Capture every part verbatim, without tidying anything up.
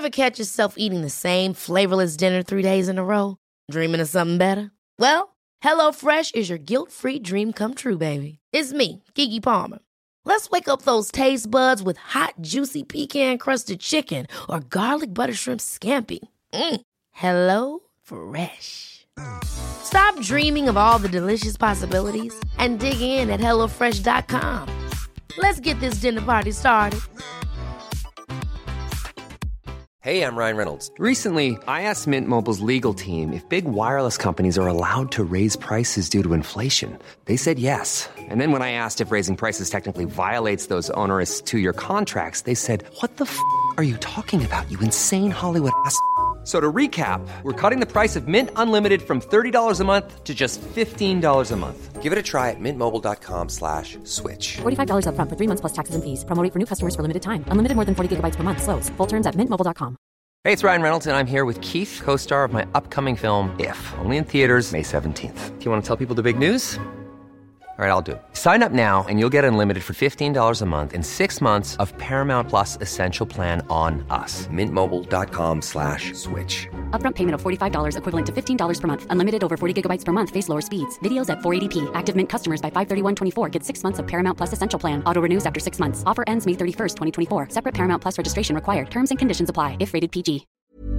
Ever catch yourself eating the same flavorless dinner three days in a row? Dreaming of something better? Well, HelloFresh is your guilt-free dream come true, baby. It's me, Keke Palmer. Let's wake up those taste buds with hot, juicy pecan-crusted chicken or garlic butter shrimp scampi. Mm. Hello Fresh. Stop dreaming of all the delicious possibilities and dig in at hello fresh dot com. Let's get this dinner party started. Hey, I'm Ryan Reynolds. Recently, I asked Mint Mobile's legal team if big wireless companies are allowed to raise prices due to inflation. They said yes. And then when I asked if raising prices technically violates those onerous two-year contracts, they said, what the f*** are you talking about, you insane Hollywood ass f- So to recap, we're cutting the price of Mint Unlimited from thirty dollars a month to just fifteen dollars a month. Give it a try at mintmobile.com slash switch. forty-five dollars up front for three months plus taxes and fees. Promo rate for new customers for limited time. Unlimited more than forty gigabytes per month. Slows full terms at mint mobile dot com. Hey, it's Ryan Reynolds, and I'm here with Keith, co-star of my upcoming film, If, only in theaters May seventeenth. Do you want to tell people the big news? All right, I'll do it. Sign up now and you'll get unlimited for fifteen dollars a month and six months of Paramount Plus Essential Plan on us. Mintmobile.com slash switch. Upfront payment of forty-five dollars equivalent to fifteen dollars per month. Unlimited over forty gigabytes per month. Face lower speeds. Videos at four eighty p. Active Mint customers by five thirty-one twenty-four get six months of Paramount Plus Essential Plan. Auto renews after six months. Offer ends May thirty-first, twenty twenty-four. Separate Paramount Plus registration required. Terms and conditions apply if rated P G.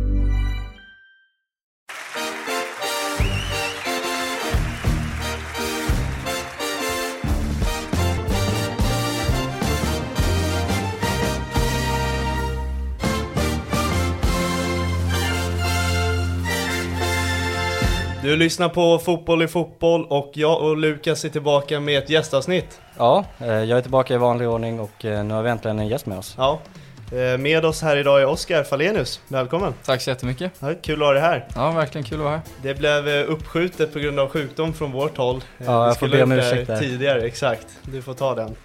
Du lyssnar på Fotboll i fotboll och jag och Lukas är tillbaka med ett gästavsnitt. Ja, jag är tillbaka i vanlig ordning och nu har vi äntligen en gäst med oss. Ja, med oss här idag är Oskar Falenius. Välkommen. Tack så jättemycket. Ja, kul att ha dig här. Ja, verkligen kul att vara här. Det blev uppskjutet på grund av sjukdom från vårt håll. Ja, jag får be om ursäkt där. Tidigare, exakt. Du får ta den.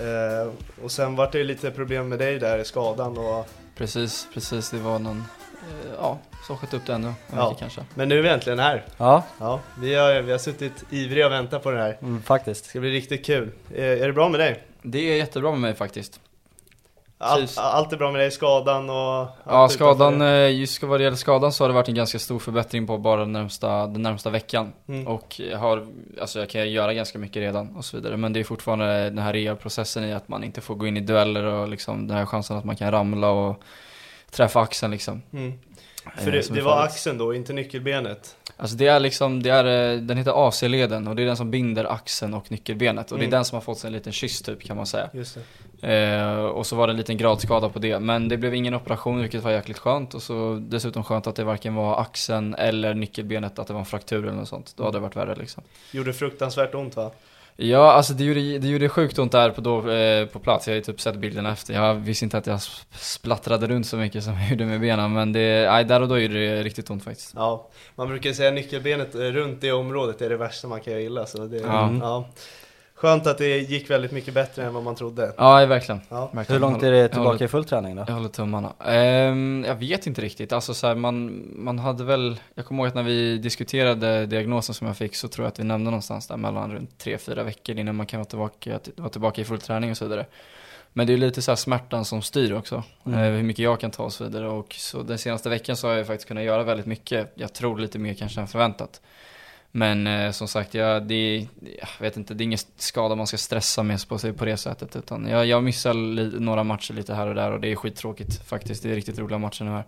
Och sen var det lite problem med dig där i skadan. Och... Precis, precis. Det var någon... Ja, så skjutit upp det ändå. Ja, kanske. Men nu är vi äntligen här. Ja. Ja, vi har, vi har suttit ivriga och väntat på det här. Mm, faktiskt. Det ska bli riktigt kul. Är, är det bra med dig? Det är jättebra med mig faktiskt. All, allt är bra med dig, skadan och... Ja, skadan, just vad det gäller skadan så har det varit en ganska stor förbättring på bara den närmsta, den närmsta veckan. Mm. Och jag har, alltså jag kan göra ganska mycket redan och så vidare. Men det är fortfarande den här rehab-processen i att man inte får gå in i dueller och liksom den här chansen att man kan ramla och träffa axeln liksom. Mm. För det, det var axeln då, inte nyckelbenet? Alltså det är liksom, det är, den heter A C-leden och det är den som binder axeln och nyckelbenet. Och mm. det är den som har fått sig en liten kyss typ kan man säga. Just det. Eh, och så var det en liten gradskada på det. Men det blev ingen operation vilket var jäkligt skönt. Och så dessutom skönt att det varken var axeln eller nyckelbenet, att det var en fraktur eller något sånt. Då hade det varit värre liksom. Gjorde fruktansvärt ont va? Ja, alltså det gjorde, det gjorde sjukt ont där på, då, eh, på plats. Jag har ju typ sett bilderna efter. Jag visste inte att jag splattrade runt så mycket som jag gjorde med benen. Men det, nej, där och då gjorde det riktigt ont faktiskt. Ja, man brukar säga att nyckelbenet runt det området är det värsta man kan göra illa. Så det, ja. Ja. Skönt att det gick väldigt mycket bättre än vad man trodde. Ja, verkligen. Ja. Hur långt är det tillbaka håller, i full träning då? Jag håller tummarna. Um, jag vet inte riktigt. Alltså så här, man, man hade väl... Jag kommer ihåg att när vi diskuterade diagnosen som jag fick så tror jag att vi nämnde någonstans där mellan runt tre fyra veckor innan man kan vara tillbaka, vara tillbaka i full träning och så vidare. Men det är lite så här smärtan som styr också. Mm. Uh, hur mycket jag kan ta och så vidare. Och så den senaste veckan så har jag faktiskt kunnat göra väldigt mycket. Jag tror lite mer kanske än förväntat. Men eh, som sagt, jag, det, jag vet inte, det är ingen skada man ska stressa med på sig på det sättet. Utan jag, jag missar li, några matcher lite här och där och det är skittråkigt faktiskt. Det är riktigt roliga matcher nu här.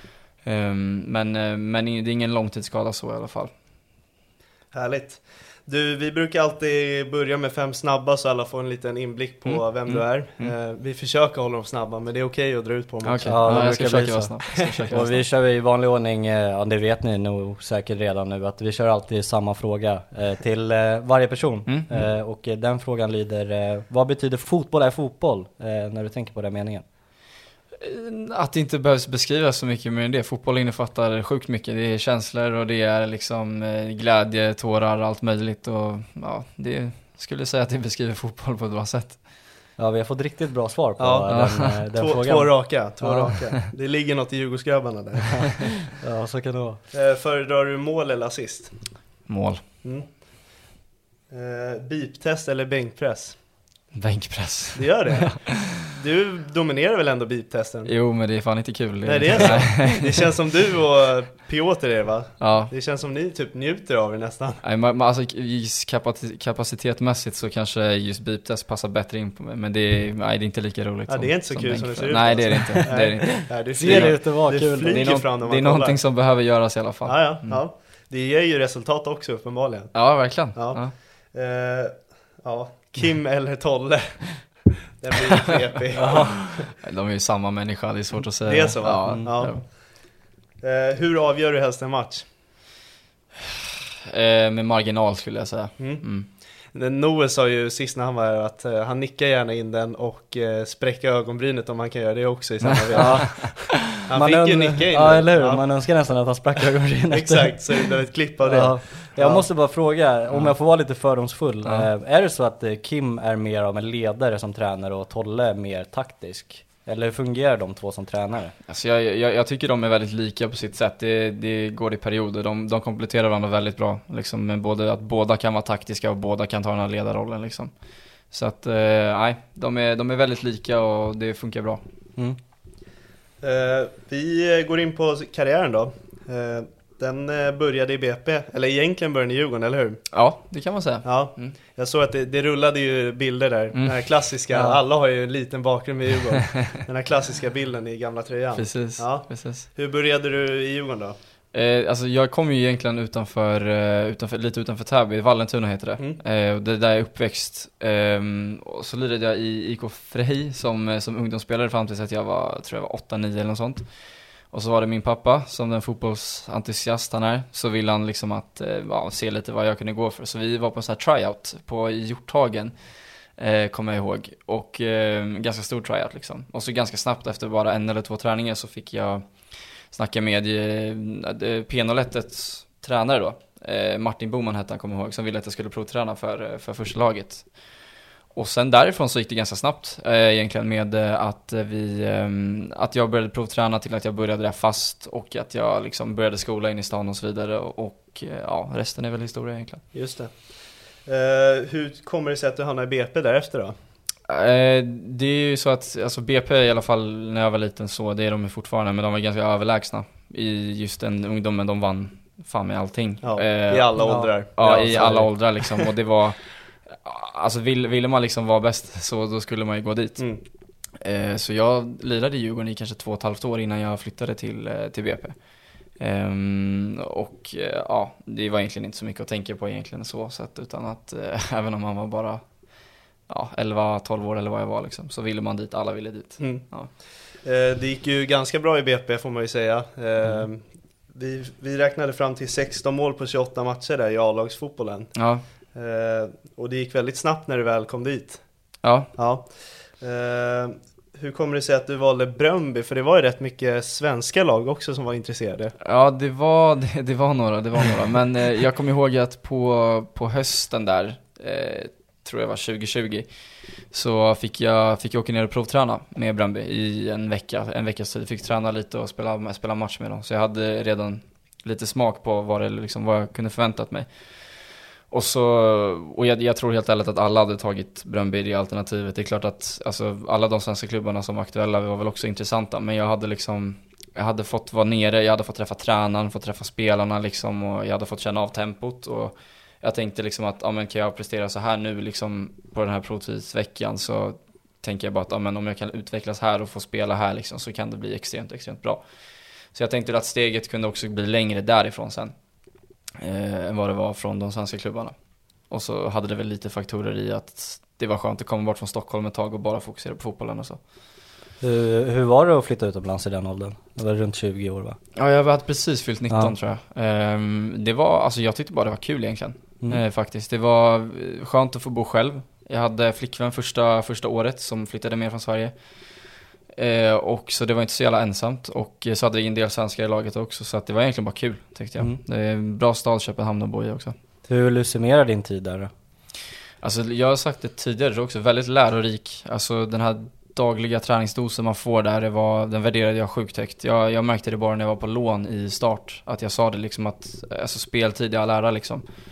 Um, men, men det är ingen långtidsskada så i alla fall. Härligt. Du, vi brukar alltid börja med fem snabba så alla får en liten inblick på mm. vem mm. du är. Mm. Eh, vi försöker hålla dem snabba, men det är okej att dra ut på dem. Okay. Ja, ja, jag ska försöka vara snabb. Och vi kör i vanlig ordning, ja det vet ni nog säkert redan nu, att vi kör alltid samma fråga eh, till eh, varje person. Mm. Eh, och den frågan lyder, eh, vad betyder fotboll är fotboll eh, när du tänker på den meningen? Att det inte behövs beskrivas så mycket mer än det. Fotboll innefattar sjukt mycket. Det är känslor och det är liksom glädje, tårar, allt möjligt. Och ja, det skulle säga att det beskriver fotboll på ett bra sätt. Ja, vi har fått riktigt bra svar på ja. den, den två, frågan. Två raka, två ja. raka. Det ligger något i Djurgårdsgrabbarna där. Ja, så kan det vara. Föredrar du mål eller assist? Mål. Mm. Eh, beep-test eller bänkpress? Bänkpress. Det gör det? du dominerar väl ändå beep-testen? Jo, men det är fan inte kul. Nej, det är så. Det känns som du och Piotr är, va? Ja. Det känns som ni typ njuter av det nästan. Nej, man, man, alltså kapac- kapacitetmässigt så kanske just beep-test passar bättre in på mig. Men det är, nej, det är inte lika roligt. Ja, som, det är inte så kul som det ser ut. Nej, det är det alltså. inte. Det är det inte. Nej, det ser det ut att vara det kul. flyger Det är, fram när no- man det är kollar. någonting som behöver göras i alla fall. Ja, ja, Mm. ja. Det ger ju resultat också uppenbarligen. Ja, verkligen. Ja. Ja. Eh, ja. Kim eller Tolle? Den blir knepig. Ja. De är ju samma människa, det är svårt att säga. Det är så, va? Ja, Mm. ja. Eh, hur avgör du helst en match? Eh, med marginal skulle jag säga. Mm. Mm. Noel sa ju sist när han var här att eh, han nickar gärna in den och eh, spräcker ögonbrynet om man kan göra det också i samma veva. Han Man fick ju ön- nicka in Ja, den. eller hur? Ja. Man önskar nästan att han sprack ögonbrynet. Exakt, så det blev ett klipp av det. Ja. Jag Ja. måste bara fråga, om jag får vara lite fördomsfull. Ja. eh, Är det så att eh, Kim är mer av en ledare som tränare och Tolle är mer taktisk? Eller hur fungerar de två som tränare? Alltså jag, jag, jag tycker de är väldigt lika på sitt sätt. Det, det går i perioder. De, de kompletterar varandra väldigt bra. Liksom, med både att båda kan vara taktiska och båda kan ta den här ledarrollen. Liksom. Så att, eh, nej, de är, de är väldigt lika och det funkar bra. Mm. Eh, vi går in på karriären då. Eh, den eh, började i B P, eller egentligen började i Djurgården, eller hur? Ja, det kan man säga. Ja, Mm. jag såg att det, det rullade ju bilder där. Mm. Den här klassiska, Ja. alla har ju en liten bakgrund med Djurgården. Den här klassiska bilden i gamla tröjan. Precis, Ja. precis. Hur började du i Djurgården då? Eh, alltså jag kom ju egentligen utanför, eh, utanför lite utanför Täby, Vallentuna heter det. Mm. Eh, och det där jag är uppväxt. Eh, och så lirade jag i I K Frej som, eh, som ungdomsspelare fram tills att jag var, tror jag var åtta nio eller något sånt. Och så var det min pappa, som den fotbollsentusiast han är, så ville han liksom att eh, ja, se lite vad jag kunde gå för. Så vi var på en sån här tryout på i Hjorthagen, eh, kommer jag ihåg. Och eh, ganska stor tryout liksom. Och så ganska snabbt efter bara en eller två träningar så fick jag snacka med eh, P noll ett-ets tränare då. Eh, Martin Boman hette han, kommer jag ihåg, som ville att jag skulle provträna för, för första laget. Och sen därifrån så gick det ganska snabbt eh, egentligen med eh, att vi eh, att jag började provträna till att jag började där fast och att jag liksom började skola in i stan och så vidare och, och eh, ja, resten är väl historia egentligen. Just det. Eh, hur kommer det sig att du hamnade i B P därefter då? Eh, det är ju så att alltså B P i alla fall när jag var liten så, det är de fortfarande, men de var ganska överlägsna i just den ungdomen, de vann fan med allting. Ja, eh, i alla ja. åldrar. Ja, Ja, i så alla är det. åldrar liksom, och det var alltså vill, ville man liksom vara bäst så då skulle man ju gå dit. Mm. Eh, så jag lirade i Djurgården i kanske två och ett halvt år innan jag flyttade till, eh, till B P. Ehm, och eh, ja, det var egentligen inte så mycket att tänka på egentligen så sätt, utan att eh, även om man var bara ja, elva tolv år eller vad jag var liksom, så ville man dit, alla ville dit. Mm. Ja. Eh, det gick ju ganska bra i B P får man ju säga. Eh, Mm. vi, vi räknade fram till sexton mål på tjugoåtta matcher där i A-lagsfotbollen. Ja, Eh, och det gick väldigt snabbt när du väl kom dit. ja. Ja. Eh, hur kommer det sig att du valde Bröndby? För det var ju rätt mycket svenska lag också som var intresserade. Ja, det var, det, det var några, det var några. Men eh, jag kommer ihåg att på, på hösten där, eh, tror jag var tjugo tjugo, så fick jag, fick jag åka ner och provträna med Bröndby i en vecka. En vecka så jag fick träna lite och spela, spela match med dem. Så jag hade redan lite smak på vad, det, liksom, vad jag kunde förväntat mig. Och, så, och jag, jag tror helt ärligt att alla hade tagit Bröndby i det alternativet. Det är klart att alltså, alla de svenska klubbarna som var aktuella var väl också intressanta. Men jag hade liksom, jag hade fått vara nere, jag hade fått träffa tränaren, fått träffa spelarna liksom, och jag hade fått känna av tempot. Och jag tänkte liksom att, ja men kan jag prestera så här nu liksom på den här provtidsveckan, så tänker jag bara att, ja men om jag kan utvecklas här och få spela här liksom, så kan det bli extremt, extremt bra. Så jag tänkte att steget kunde också bli längre därifrån sen. Eh, än vad det var från de svenska klubbarna. Och så hade det väl lite faktorer i att det var skönt att komma bort från Stockholm ett tag och bara fokusera på fotbollen och så. Hur, hur var det att flytta utomlands i den åldern? Det var runt tjugo år, va? Ja, jag hade precis fyllt nitton, Ja. tror jag. Ehm, det var, alltså jag tyckte bara det var kul egentligen. Mm. Eh, faktiskt. Det var skönt att få bo själv. Jag hade flickvän första, första året som flyttade med från Sverige. Eh, och så det var inte så jävla ensamt. Och så hade vi en del svenskar i laget också. Så att det var egentligen bara kul, tyckte jag. Mm. Det är en bra stad, Köpenhamn, att bo i också. Hur vill du summera din tid där då? Alltså jag har sagt det tidigare också, väldigt lärorik. Alltså den här dagliga träningsdosen man får där, det var, den värderade jag sjukt högt. Jag, jag märkte det bara när jag var på lån i start, att jag sa det liksom att, alltså speltid i all ära liksom.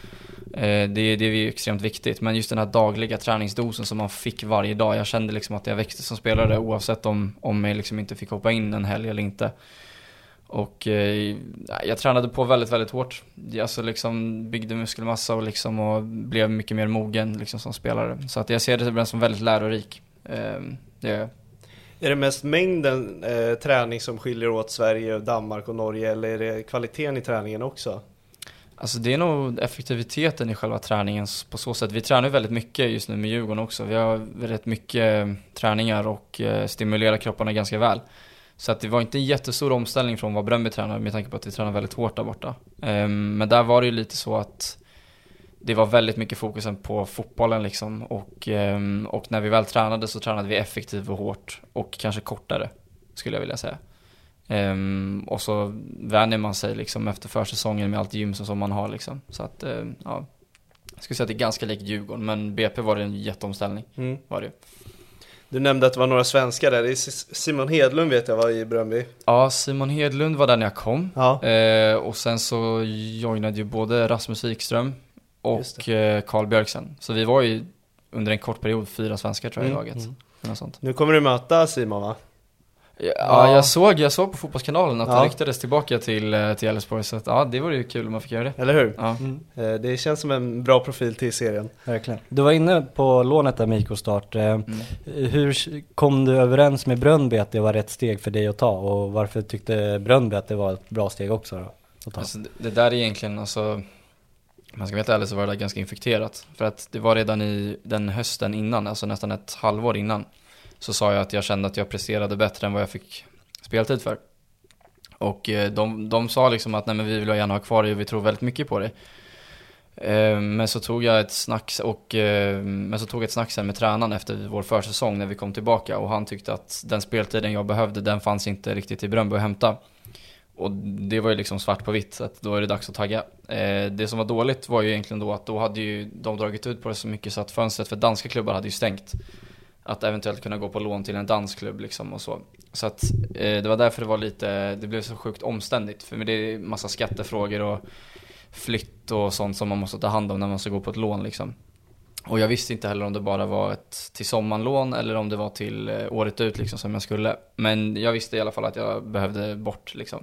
Eh, det, det är ju extremt viktigt, men just den här dagliga träningsdosen som man fick varje dag, jag kände liksom att jag växte som spelare oavsett om, om jag liksom inte fick hoppa in en helg eller inte. Och eh, jag tränade på väldigt, väldigt hårt. Jag alltså liksom byggde muskelmassa och, liksom, och blev mycket mer mogen liksom, som spelare. Så att jag ser det som väldigt lärorik. Eh, det är Är det mest mängden eh, träning som skiljer åt Sverige, Danmark och Norge, eller är det kvaliteten i träningen också? Alltså det är nog effektiviteten i själva träningen på så sätt. Vi tränar väldigt mycket just nu med Djurgården också. Vi har rätt mycket träningar och eh, stimulerar kropparna ganska väl. Så att det var inte en jättestor omställning från vad Bröndby tränar med tanke på att vi tränar väldigt hårt där borta. Um, men där var det ju lite så att det var väldigt mycket fokusen på fotbollen liksom. Och, um, och när vi väl tränade så tränade vi effektivt och hårt och kanske kortare skulle jag vilja säga. Um, och så vänjer man sig liksom efter försäsongen med allt gym som man har liksom. Så att um, ja, jag skulle säga att det är ganska likt Djurgården, men B P var det en jätteomställning. Mm. Var det. Du nämnde att det var några svenskar där. Det är Simon Hedlund vet jag var i Bröndby. Ja, Simon Hedlund var där när jag kom. Ja. Eh, och sen så joinade ju både Rasmus Wikström och eh, Carl Björksen. Så vi var ju under en kort period fyra svenskar tror jag mm. i laget. Mm. Sånt. Nu kommer du möta Simon va? Ja, ja. Jag, såg, jag såg på Fotbollskanalen att ja. han ryktades tillbaka till, till Elfsborg. Så att, ja, det var ju kul om man fick göra det. Eller hur? Ja. Mm. Det känns som en bra profil till serien. Verkligen. Du var inne på lånet där med I K Start. Mm. Hur kom du överens med Bröndby att det var rätt steg för dig att ta? Och varför tyckte Bröndby att det var ett bra steg också då, att ta? Alltså, det, det där är egentligen, alltså, man ska veta ärligt så var det ganska infekterat. För att det var redan i den hösten innan, alltså nästan ett halvår innan, så sa jag att jag kände att jag presterade bättre än vad jag fick speltid för. Och de, de sa liksom att nej, men vi vill gärna ha kvar dig och vi tror väldigt mycket på dig. Men så tog jag ett snack och men så tog jag ett snack sen med tränaren efter vår försäsong när vi kom tillbaka, och han tyckte att den speltiden jag behövde, den fanns inte riktigt i Bröndby att hämta. Och det var ju liksom svart på vitt, så att då är det dags att tagga. Det som var dåligt var ju egentligen då att då hade ju de dragit ut på det så mycket så att fönstret för danska klubbar hade ju stängt. Att eventuellt kunna gå på lån till en dansklubb liksom och så. Så att eh, det var därför det var lite, det blev så sjukt omständigt. För det är massa skattefrågor och flytt och sånt som man måste ta hand om när man ska gå på ett lån liksom. Och jag visste inte heller om det bara var ett till sommarlån eller om det var till eh, året ut liksom som jag skulle. Men jag visste i alla fall att jag behövde bort liksom.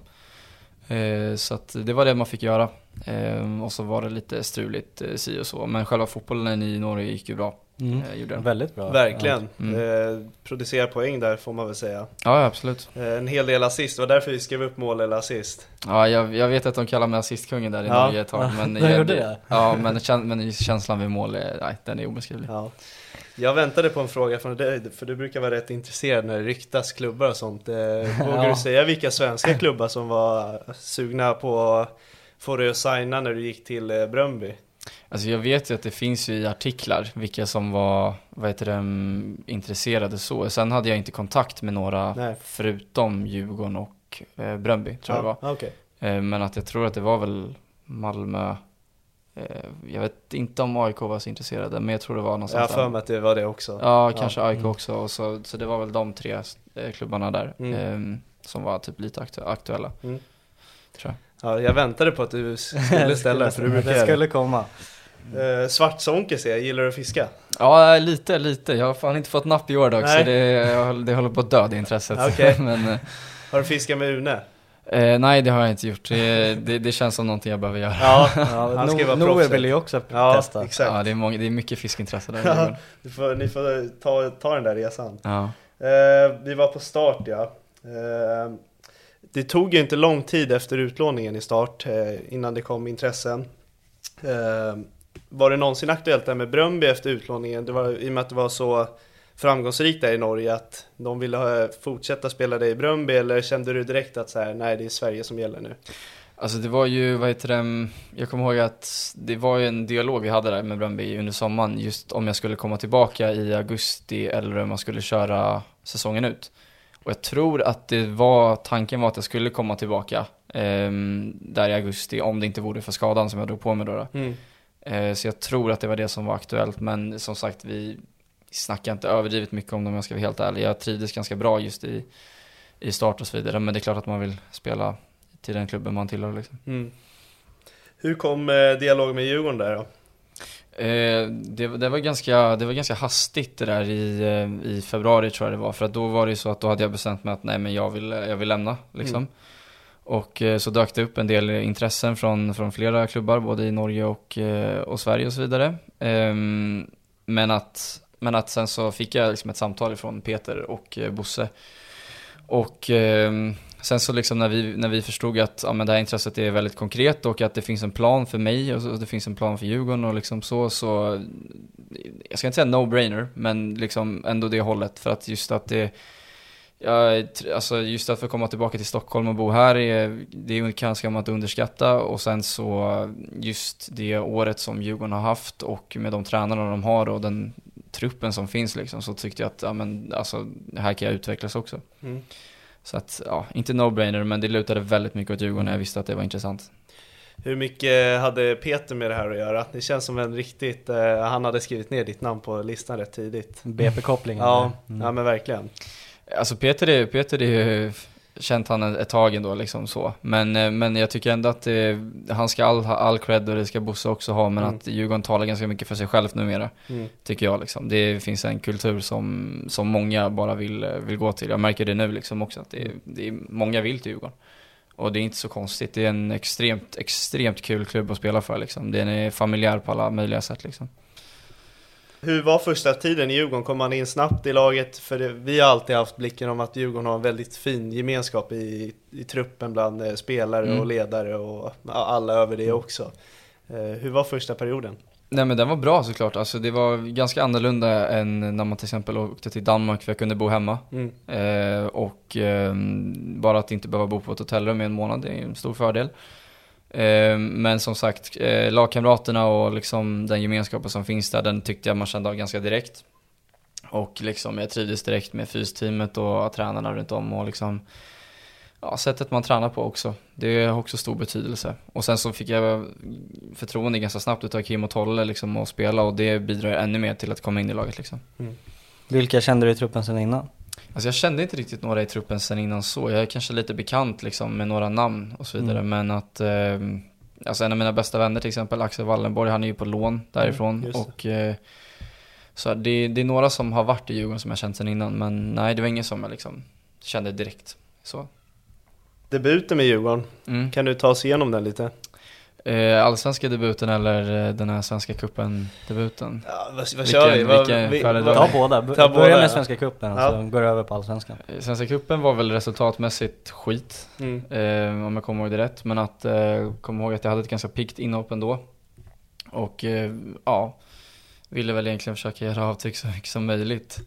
Eh, så att det var det man fick göra. Eh, och så var det lite struligt eh, si och så. Men själva fotbollen i Norge gick ju bra. Mm. Eh, Väldigt bra. Verkligen. Mm. Eh, producera poäng där får man väl säga. Ja, absolut. Eh, en hel del assist. Det var därför vi skrev upp mål eller assist. Ja, jag, jag vet att de kallar mig assistkungen där i ja. Norge ett tag. Men, jag, jag, gjorde det. Ja, men, men känslan vid mål är, nej, den är obeskrivlig. Ja. Jag väntade på en fråga från dig, för du brukar vara rätt intresserad när det ryktas klubbar och sånt. Eh, vågar ja. du säga vilka svenska klubbar som var sugna på att få dig att signa när du gick till eh, Bröndby? Alltså jag vet ju att det finns ju i artiklar vilka som var, vad heter det, intresserade så. Sen hade jag inte kontakt med några Nej. förutom Djurgården och eh, Bröndby, tror ja, jag det var. Okay. Eh, men att jag tror att det var väl Malmö. Eh, jag vet inte om A I K var så intresserade, men jag tror det var någonstans. Jag har för mig att det var det också. Ja, kanske ja. A I K också. Och så, så det var väl de tre eh, klubbarna där mm. eh, som var typ lite aktu- aktuella. Mm. Tror jag. Ja, jag väntade på att du skulle ställa för du brukar det skulle komma. Uh, Svartsonke ser jag, gillar du att fiska? Ja, lite, lite. Jag har fan inte fått napp i år dock, så det, det håller på att dö, det intresset. Okay. Men, uh, har du fiskat med Une? Uh, nej, det har jag inte gjort. Det, det, det känns som någonting jag behöver göra. Ja, han ska no- vara Noel vill ju också ja, testa. Exakt. Ja, det är, många, det är mycket fiskintresse där. Ja, du får, ni får ta, ta den där resan. Ja. Uh, vi var på start, ja. Uh, det tog ju inte lång tid efter utlåningen i start uh, innan det kom intressen. Uh, Var det någonsin aktuellt där med Bröndby efter utlåningen? Det var, i och med att det var så framgångsrikt där i Norge, att de ville fortsätta spela det i Bröndby, eller kände du direkt att så här, nej, det är Sverige som gäller nu? Alltså det var ju, vad heter det, jag kommer ihåg att det var ju en dialog vi hade där med Bröndby under sommaren, just om jag skulle komma tillbaka i augusti eller om jag skulle köra säsongen ut. Och jag tror att det var, tanken var att jag skulle komma tillbaka eh, där i augusti, om det inte vore för skadan som jag drog på mig då. då. Mm. Så jag tror att det var det som var aktuellt. Men som sagt, vi snackar inte överdrivet mycket om det, om jag ska vara helt ärlig. Jag trivdes ganska bra just i, i start och så vidare. Men det är klart att man vill spela till den klubben man tillhör liksom. Mm. Hur kom eh, dialogen med Djurgården där då? Eh, det, det, var ganska, det var ganska hastigt det där i, eh, i februari tror jag det var. För att då var det så att då hade jag bestämt mig att nej men jag vill, jag vill lämna liksom. Mm. Och eh, så dök det upp en del intressen från, från flera klubbar både i Norge och, eh, och Sverige och så vidare. Eh, men, att, men att sen så fick jag liksom ett samtal från Peter och eh, Bosse. Och eh, sen så liksom när vi, när vi förstod att ja, men det här intresset är väldigt konkret och att det finns en plan för mig och, så, och det finns en plan för Djurgården och liksom så, så jag ska inte säga no-brainer, men liksom ändå det hållet, för att just att det ja, alltså just att få komma tillbaka till Stockholm och bo här är, det är kanske man inte underskatta, och sen så just det året som Djurgården har haft och med de tränarna de har och den truppen som finns liksom, så tyckte jag att ja, men, alltså, här kan jag utvecklas också. Mm. Så att, ja, inte no-brainer, men det lutade väldigt mycket åt Djurgården när jag visste att det var intressant. Hur mycket hade Peter med det här att göra? Det känns som en riktigt, eh, han hade skrivit ner ditt namn på listan rätt tidigt. B P-kopplingen. Ja, mm. ja, men verkligen. Alltså Peter är, Peter är ju känt han ett tag ändå liksom så. Men, men jag tycker ändå att det, han ska all, ha all cred och det ska Bosse också ha. Men mm. att Djurgården talar ganska mycket för sig själv numera. Mm. Tycker jag liksom. Det finns en kultur som, som många bara vill, vill gå till. Jag märker det nu liksom också. Att det, det är, många vill till Djurgården. Och det är inte så konstigt. Det är en extremt, extremt kul klubb att spela för liksom. Den är familjär på alla möjliga sätt liksom. Hur var första tiden i Djurgården? Kom man in snabbt i laget? För det, vi har alltid haft blicken om att Djurgården har en väldigt fin gemenskap i, i truppen bland eh, spelare mm. och ledare och alla över det också. Eh, hur var första perioden? Nej, men den var bra såklart. Alltså, det var ganska annorlunda än när man till exempel åkte till Danmark för jag kunde bo hemma. Mm. Eh, och eh, bara att inte behöva bo på ett hotellrum i en månad är en stor fördel. Men som sagt, lagkamraterna och liksom den gemenskapen som finns där, den tyckte jag man kände av ganska direkt. Och liksom jag trivdes direkt med fysteamet och tränarna runt om och liksom ja, sättet man tränar på också. Det har också stor betydelse. Och sen så fick jag förtroende ganska snabbt utav Kim och Tolle liksom att spela, och det bidrar ännu mer till att komma in i laget liksom. Mm. Vilka kände du i truppen sedan innan? Alltså jag kände inte riktigt några i truppen sen innan så. Jag är kanske lite bekant liksom med några namn och så vidare. Mm. Men att eh, alltså en av mina bästa vänner till exempel, Axel Wallenborg, han är ju på lån därifrån. Mm, och eh, så det, det är några som har varit i Djurgården som jag känt sen innan. Men nej, det var ingen som jag liksom kände direkt. Så. Debuten med Djurgården, mm. kan du ta oss igenom den lite? Eh, allsvenska debuten eller den här svenska kuppen-debuten? Ja, vad, vad kör vi? Vilka, vilka vi ta båda. B- ta börja med svenska kuppen och ja. så går över på allsvenskan. Svenska kuppen var väl resultatmässigt skit, mm. eh, om jag kommer ihåg det rätt. Men att eh, kommer ihåg att jag hade ett ganska piggt inhopp ändå. Och eh, ja, ville väl egentligen försöka göra avtryck så mycket som möjligt.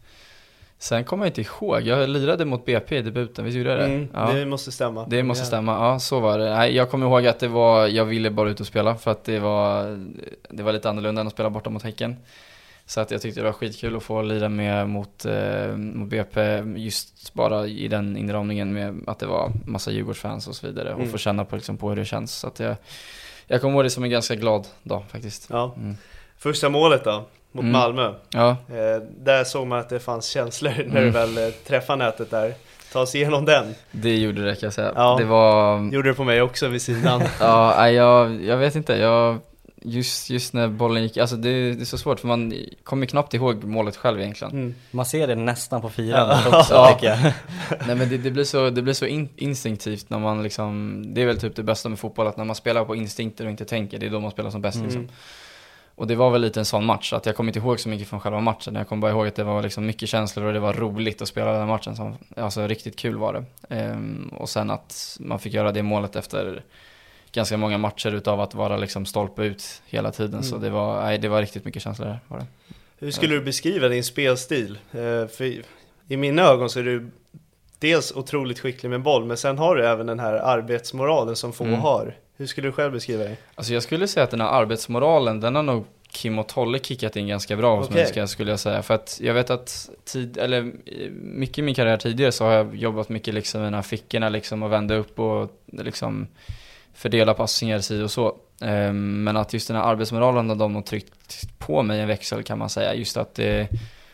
Sen kommer jag inte ihåg. Jag lirade mot B P i debuten. Visst gjorde jag det? Mm, ja. Det måste stämma. Det måste stämma. Ja, så var det. Nej, jag kommer ihåg att det var, jag ville bara ut och spela för att det var, det var lite annorlunda än att spela borta mot Häcken. Så att jag tyckte det var skitkul att få lira med mot, eh, mot B P just bara i den inramningen med att det var massa Djurgårdsfans och så vidare. Mm. Och få känna på, liksom, på hur det känns. Så att jag, jag kommer ihåg det som en ganska glad dag faktiskt. Ja. Mm. Första målet då? Mot mm. Malmö. Ja. Eh, där såg man att det fanns känslor när mm. du väl eh, träffade nätet där. Ta oss igenom den. Det gjorde det kan jag säga. Ja. Det var... Gjorde det på mig också vid sidan. ja, jag, jag vet inte. Jag, just, just när bollen gick... Alltså det, det är så svårt för man kommer knappt ihåg målet själv egentligen. Mm. Man ser det nästan på fyran ja. också ja. tycker jag. Nej men det, det blir så, det blir så in, instinktivt när man liksom... Det är väl typ det bästa med fotboll, att när man spelar på instinkter och inte tänker, det är då man spelar som bäst mm. liksom. Och det var väl lite en sån match att jag kommer inte ihåg så mycket från själva matchen. Jag kommer bara ihåg att det var liksom mycket känslor och det var roligt att spela den matchen. Som, alltså riktigt kul var det. Ehm, och sen att man fick göra det målet efter ganska många matcher utav att vara liksom stolpe ut hela tiden. Mm. Så det var, nej, det var riktigt mycket känslor där. Var det. Hur skulle du beskriva din spelstil? Ehm, för i mina ögon så är du dels otroligt skicklig med boll, men sen har du även den här arbetsmoralen som få mm. har. Hur skulle du själv beskriva det? Alltså jag skulle säga att den här arbetsmoralen, den har nog Kim och Tolle kickat in ganska bra hos okay. mig, skulle jag säga. För att jag vet att tid, eller mycket i min karriär tidigare så har jag jobbat mycket liksom med de här fickorna liksom och vända upp och liksom fördela passningar si och så. Men att just den här arbetsmoralen har de har tryckt på mig en växel, kan man säga. Just att, det,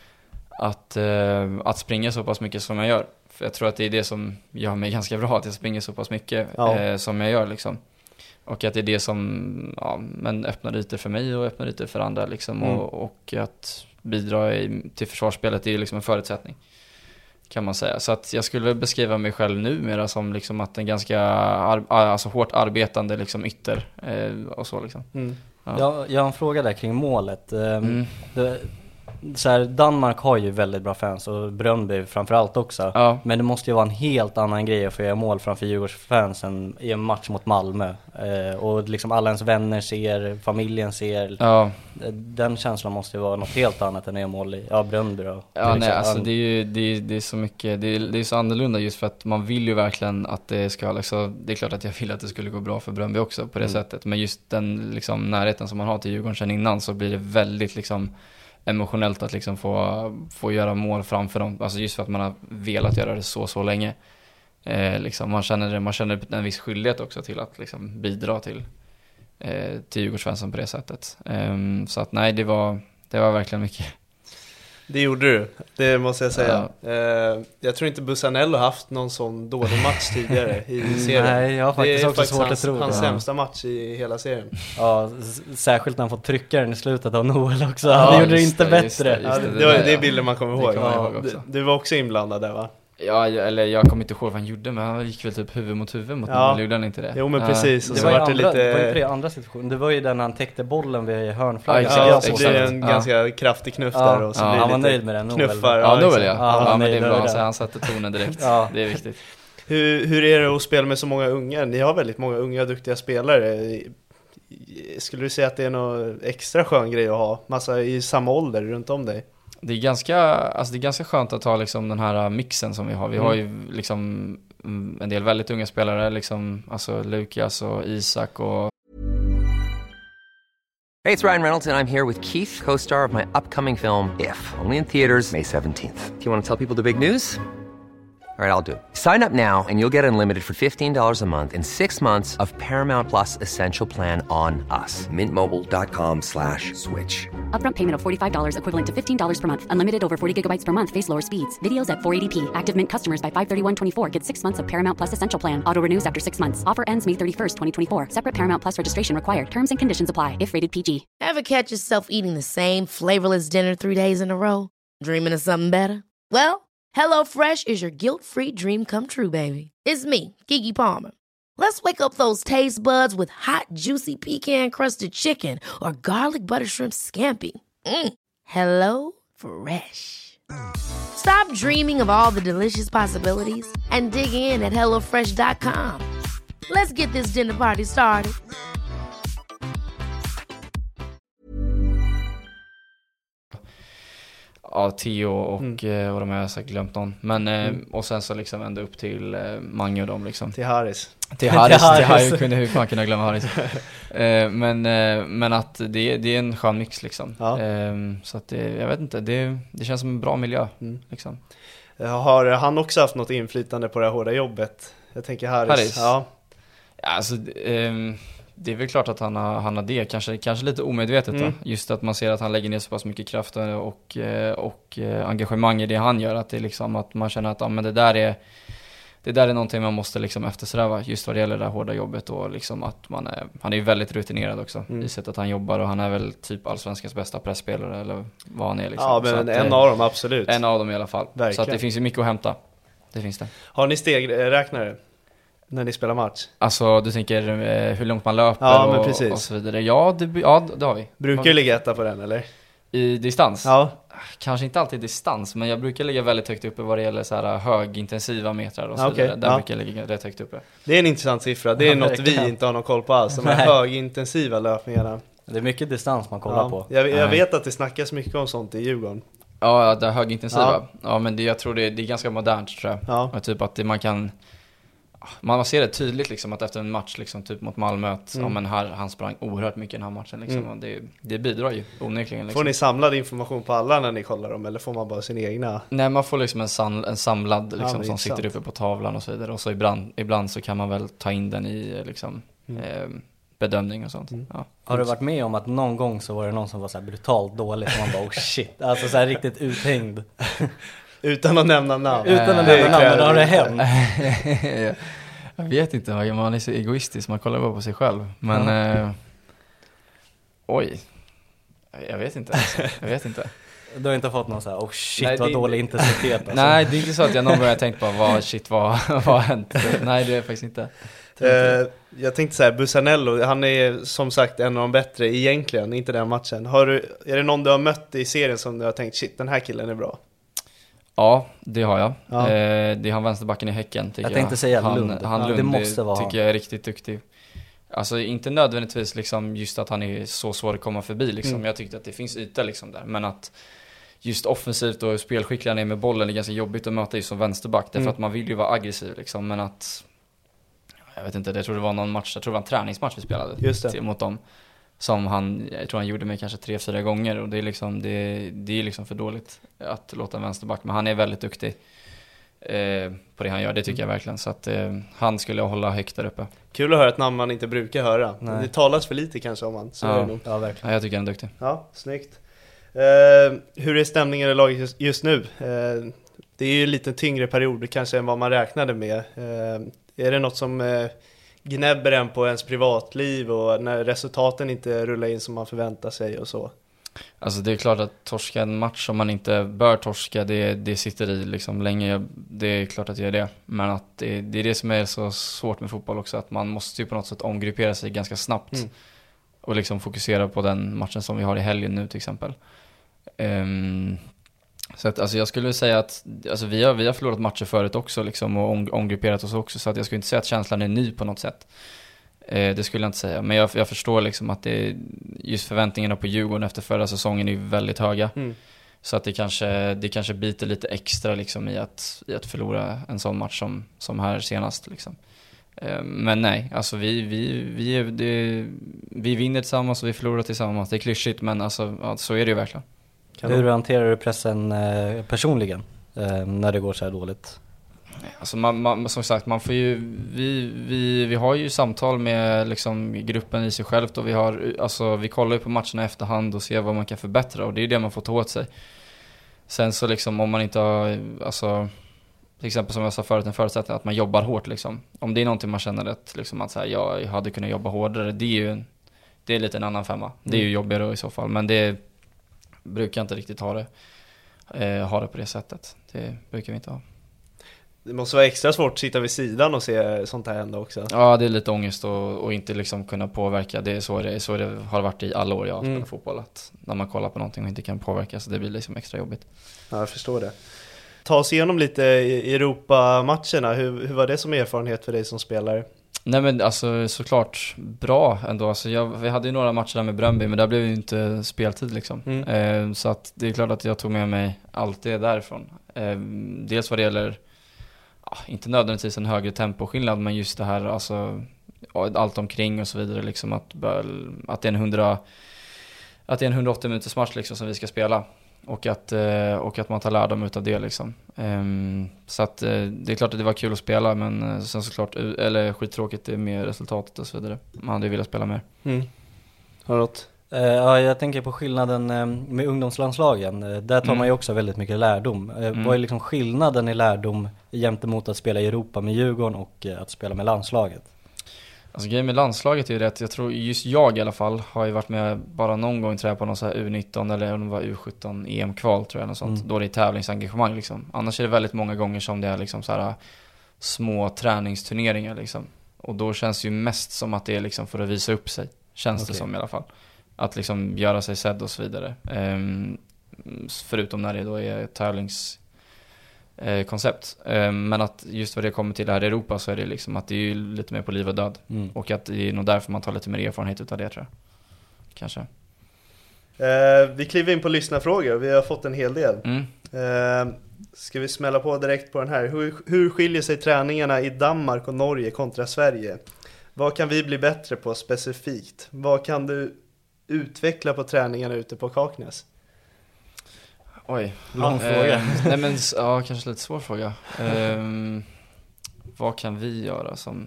att, att springa så pass mycket som jag gör. För jag tror att det är det som gör mig ganska bra, att jag springer så pass mycket ja. eh, som jag gör liksom. Och att det är det som ja, men öppnar ytor för mig och öppnar ytor för andra liksom. Mm. Och, och att bidra i, till försvarsspelet är liksom en förutsättning, kan man säga. Så att jag skulle beskriva mig själv numera som liksom att en ganska ar- alltså hårt arbetande liksom ytter eh, och så liksom. Mm. Ja. Jag, jag har en fråga där kring målet. Mm. Det, så här, Danmark har ju väldigt bra fans och Brøndby framförallt också. Ja. Men det måste ju vara en helt annan grej att få göra mål framför Djurgårdsfansen i en match mot Malmö. Eh, och liksom alla ens vänner ser, familjen ser. Ja. Den känslan måste ju vara något helt annat än att göra mål i ja, Brøndby då. Ja, nej, alltså det är ju det är, det är så mycket, det är, det är så annorlunda just för att man vill ju verkligen att det ska liksom, det är klart att jag vill att det skulle gå bra för Brøndby också på det mm. sättet. Men just den liksom närheten som man har till Djurgården sedan innan så blir det väldigt liksom emotionellt att liksom få, få göra mål framför dem. Alltså just för att man har velat göra det så, så länge. Eh, liksom man, känner det, man känner en viss skyldighet också till att liksom bidra till, eh, till Djurgårdsfansen på det sättet. Eh, så att nej, det var, det var verkligen mycket. Det gjorde du, det måste jag säga. Ja. Eh, jag tror inte Bussanello haft någon sån dålig match tidigare i serien. Nej, jag har faktiskt det är också faktiskt svårt hans, att tro det. hans Ja. sämsta match i hela serien. Ja, s- särskilt när han får trycka den i slutet av Noel också. Ja, det gjorde det inte det, bättre. just det, just Ja, det, det, det var där, det ja. bilden man kommer Det ihåg. kommer jag Ja, ihåg också. du, du var också inblandad där, va? Ja, eller jag kommer inte ihåg vad han gjorde, men han gick väl typ huvud mot huvud mot Ja. mål, gjorde han inte det? Jo, men Ja. precis. Och Det så var, ju var det andra, lite... det var ju tre andra situationer. Det var ju den när han täckte bollen vid hörnflaggan. Ja, Så exakt, Ja, jag så såg blir det sen. en Ja. ganska kraftig knuff Ja. där och så Ja, blir han det var lite nöjd med den, Noel. knuffar. Ja, Noel, exakt. ja. Ja, Ja, han men det är nöjd bra, med så det. han satte tonen direkt. Ja. Det är viktigt. Hur, hur är det att spela med så många unga? Ni har väldigt många unga duktiga spelare. Skulle du säga att det är någon extra skön grej att ha massa i samma ålder runt om dig? Det är ganska, alltså det är ganska skönt att ha liksom den här mixen som vi har. Vi Mm. har ju liksom en del väldigt unga spelare, liksom, alltså Lukas och Isak och... Hey, it's Ryan Reynolds, and I'm here with Keith, co-star of my upcoming film, If, only in theaters May seventeenth. Do you want to tell people the big news? All right, I'll do it. Sign up now and you'll get unlimited for fifteen dollars a month and six months of Paramount Plus Essential Plan on us. Mint Mobile dot com slash switch. Upfront payment of forty-five dollars equivalent to fifteen dollars per month. Unlimited over forty gigabytes per month. Face lower speeds. Videos at four eighty p. Active Mint customers by five thirty-one twenty-four get six months of Paramount Plus Essential Plan. Auto renews after six months. Offer ends May thirty-first, twenty twenty-four. Separate Paramount Plus registration required. Terms and conditions apply if rated P G. Ever catch yourself eating the same flavorless dinner three days in a row? Dreaming of something better? Well, HelloFresh is your guilt-free dream come true, baby. It's me, Keke Palmer. Let's wake up those taste buds with hot, juicy pecan-crusted chicken or garlic butter shrimp scampi. Mm. Hello Fresh. Stop dreaming of all the delicious possibilities and dig in at hello fresh dot com. Let's get this dinner party started. Ja, Theo och, Mm. och, och de har jag säkert glömt någon. Men, eh, Mm. och sen så liksom ända upp till eh, Mange och dem liksom. Till Harris. Till Harris, Till till Harris. Harris. Kunde, hur fan kunde jag glömma Harris? eh, men, eh, men att det, det är en skön mix liksom. Ja. Eh, så att det, jag vet inte, det, det känns som en bra miljö Mm. liksom. Har han också haft något inflytande på det här hårda jobbet? Jag tänker Harris. Harris? Ja. Ja, alltså, ehm, det är väl klart att han har, han har det, kanske, kanske lite omedvetet Mm. va? Just att man ser att han lägger ner så pass mycket kraft och, eh, och eh, engagemang i det han gör, att det är liksom att man känner att ja, men det där är det där är någonting man måste liksom eftersträva just vad det gäller det här hårda jobbet och liksom att man är, han är ju väldigt rutinerad också Mm. i sättet att han jobbar och han är väl typ allsvenskans bästa pressspelare eller vad han är liksom. Ja, Så men att, en eh, av dem absolut. en av dem i alla fall. Verkligen. Så att det finns ju mycket att hämta. Det finns det. Har ni stegräknare när ni spelar match? Alltså du tänker eh, hur långt man löper Ja, men och, precis. och så vidare. Ja, det, ja, det har vi. Brukar du ligga etta på den, eller? I distans? Ja. Kanske inte alltid distans, men jag brukar ligga väldigt högt uppe vad det gäller så här högintensiva metrar och så Okej, vidare. Där ja. brukar jag ligga rätt högt uppe. Det är en intressant siffra. Det är Ja, något verkligen. vi inte har någon koll på alls. De här Nej. högintensiva löpningarna. Det är mycket distans man kollar Ja. på. Jag, jag Nej. vet att det snackas mycket om sånt i Djurgården. Ja, det är högintensiva. Ja, Ja. men det, jag tror det, det är ganska modernt tror jag. Ja. Och typ att det, man kan man ser det tydligt liksom att efter en match liksom typ mot Malmö att Mm. ja, men här, han sprang oerhört mycket i den här matchen liksom. Mm. Och det, det bidrar ju onekligen liksom. Får ni samlad information på alla när ni kollar dem, eller får man bara sin egna? Nej, man får liksom en, sam, en samlad liksom, men som intressant. sitter uppe på tavlan och så vidare. Och så ibland, ibland så kan man väl ta in den i liksom, Mm. eh, bedömning och sånt. Mm. Ja. Har du varit med om att någon gång så var det någon som var så här brutalt dålig som man bara oh shit, alltså så här riktigt uthängd Utan att nämna namn. utan att Det nämna namn, kräver men har det lite. hänt? Jag vet inte, man är så egoistisk, man kollar bara på sig själv. Men, mm. eh, oj, jag vet inte, alltså. jag vet inte. Du har inte fått någon så här, oh shit, Nej, vad det, dålig intensitet. Alltså. Nej, det är inte så att jag någon gång har tänkt på, vad shit, vad, vad har hänt? Nej, det är faktiskt inte. Uh, jag tänkte så här, Bussanello, han är som sagt en av de bättre egentligen, inte den matchen. Har du, är det någon du har mött i serien som du har tänkt, shit, den här killen är bra? Ja, det har jag. Ja. Eh, det är han vänsterbacken i Häcken, tycker jag. Jag tänkte säga han, Lund. Han Ja, Lund, det måste vara tycker jag är riktigt duktig. Alltså inte nödvändigtvis liksom just att han är så svår att komma förbi liksom. Mm. Jag tyckte att det finns yta liksom där, men att just offensivt och spelskicklig han är med bollen är ganska jobbigt att möta just som vänsterback, därför mm. att man vill ju vara aggressiv liksom, men att jag vet inte, jag tror det var någon match, jag tror det var en träningsmatch vi spelade just det. mot dem, som han, jag tror han gjorde mig kanske tre, fyra gånger, och det är liksom, det, det är liksom för dåligt att låta en vänsterback, men han är väldigt duktig eh, på det han gör, det tycker jag verkligen, så att eh, han skulle jag hålla högt där uppe. Kul att höra ett namn man inte brukar höra. Nej. Det talas för lite kanske om han, så ja. är det nog. Ja, verkligen. Ja, jag tycker han är duktig. Ja, snyggt. Uh, hur är stämningen i laget just, just nu? Uh, det är ju en lite tyngre period kanske än vad man räknade med. Uh, är det något som uh, gnäbber en på ens privatliv och när resultaten inte rullar in som man förväntar sig och så? Alltså det är klart att torska en match som man inte bör torska, det, det sitter i liksom länge, det är klart att jag gör det. Men att det, det är det som är så svårt med fotboll också, att man måste ju på något sätt omgruppera sig ganska snabbt mm. och liksom fokusera på den matchen som vi har i helgen nu till exempel. Um, så att alltså jag skulle säga att alltså vi, har, vi har förlorat matcher förut också liksom, och om, omgrupperat oss också, så att jag skulle inte säga att känslan är ny på något sätt. Eh, det skulle jag inte säga, men jag, jag förstår liksom att det, just förväntningarna på Djurgården efter förra säsongen är väldigt höga. Mm. Så att det kanske, det kanske biter lite extra liksom, i, att, i att förlora en sån match som, som här senast liksom. eh, Men nej, alltså vi, vi, vi, är, det, vi vinner tillsammans och vi förlorar tillsammans. Det är klyschigt, men alltså, ja, så är det ju verkligen. Kan Hur hanterar du pressen eh, personligen eh, när det går så här dåligt? Alltså man, man, som sagt, man får ju, vi, vi, vi har ju samtal med liksom gruppen i sig självt, och vi, har, alltså, vi kollar ju på matcherna i efterhand och ser vad man kan förbättra, och det är det man får ta åt sig. Sen så liksom om man inte har, alltså, till exempel som jag sa förut, en förutsättning att man jobbar hårt liksom. Om det är någonting man känner att, liksom, att så här, jag hade kunnat jobba hårdare, det är ju en, det är lite en annan femma. Det är ju jobbigare i så fall, men det brukar inte riktigt ha det, eh, ha det på det sättet. Det brukar vi inte ha. Det måste vara extra svårt att sitta vid sidan och se sånt här hända också. Ja, det är lite ångest och, och inte liksom kunna påverka. Det är så det, så det har varit i alla år jag har spelat mm. fotboll. Att när man kollar på någonting och inte kan påverka, så det blir liksom extra jobbigt. Ja, jag förstår det. Ta oss igenom lite Europa-matcherna. Hur, hur var det som erfarenhet för dig som spelare? Nej men alltså såklart bra ändå. Alltså, jag, vi hade ju några matcher där med Bröndby, men där blev ju inte speltid liksom. Mm. Eh, så att det är klart att jag tog med mig allt det därifrån. Eh, dels vad det gäller, ja, inte nödvändigtvis en högre temposkillnad, men just det här, alltså allt omkring och så vidare liksom, att, att det är en hundra, att det är en hundraåttio minuters match liksom som vi ska spela, och att, och att man tar lärdom utav det liksom. Så att det är klart att det var kul att spela, men sen såklart, eller skittråkigt det är med resultatet och så vidare. Man hade ju velat spela mer. Mm. Har du något? Ja, jag tänker på skillnaden med ungdomslandslagen. Där tar mm. man ju också väldigt mycket lärdom. Mm. Vad är liksom skillnaden i lärdom gentemot att spela i Europa med Djurgården och att spela med landslaget? Alltså grejen med landslaget är ju rätt. Jag tror just jag i alla fall har ju varit med bara någon gång, tror jag, på någon så här U nitton eller om det var U sjutton E M-kval tror jag, något sånt. Mm. Då det är tävlingsengagemang liksom. Annars är det väldigt många gånger som det är liksom så här små träningsturneringar liksom. Och då känns det ju mest som att det är liksom för att visa upp sig. Känns okay. det som i alla fall. Att liksom göra sig sedd och så vidare. Um, förutom när det då är tävlingskoncept. Uh, um, men att just vad det kommer till här i Europa, så är det liksom att det är lite mer på liv och död. Mm. Och att det är nog därför man tar lite mer erfarenhet utav det, tror jag. Kanske. Uh, vi kliver in på lyssnarfrågor. Vi har fått en hel del. Mm. Uh, ska vi smälla på direkt på den här? Hur, hur skiljer sig träningarna i Danmark och Norge kontra Sverige? Vad kan vi bli bättre på specifikt? Vad kan du utveckla på träningarna ute på Kaknäs? Oj, lång eh, fråga. Nej men, ja, kanske lite svår fråga. Um, vad kan vi göra som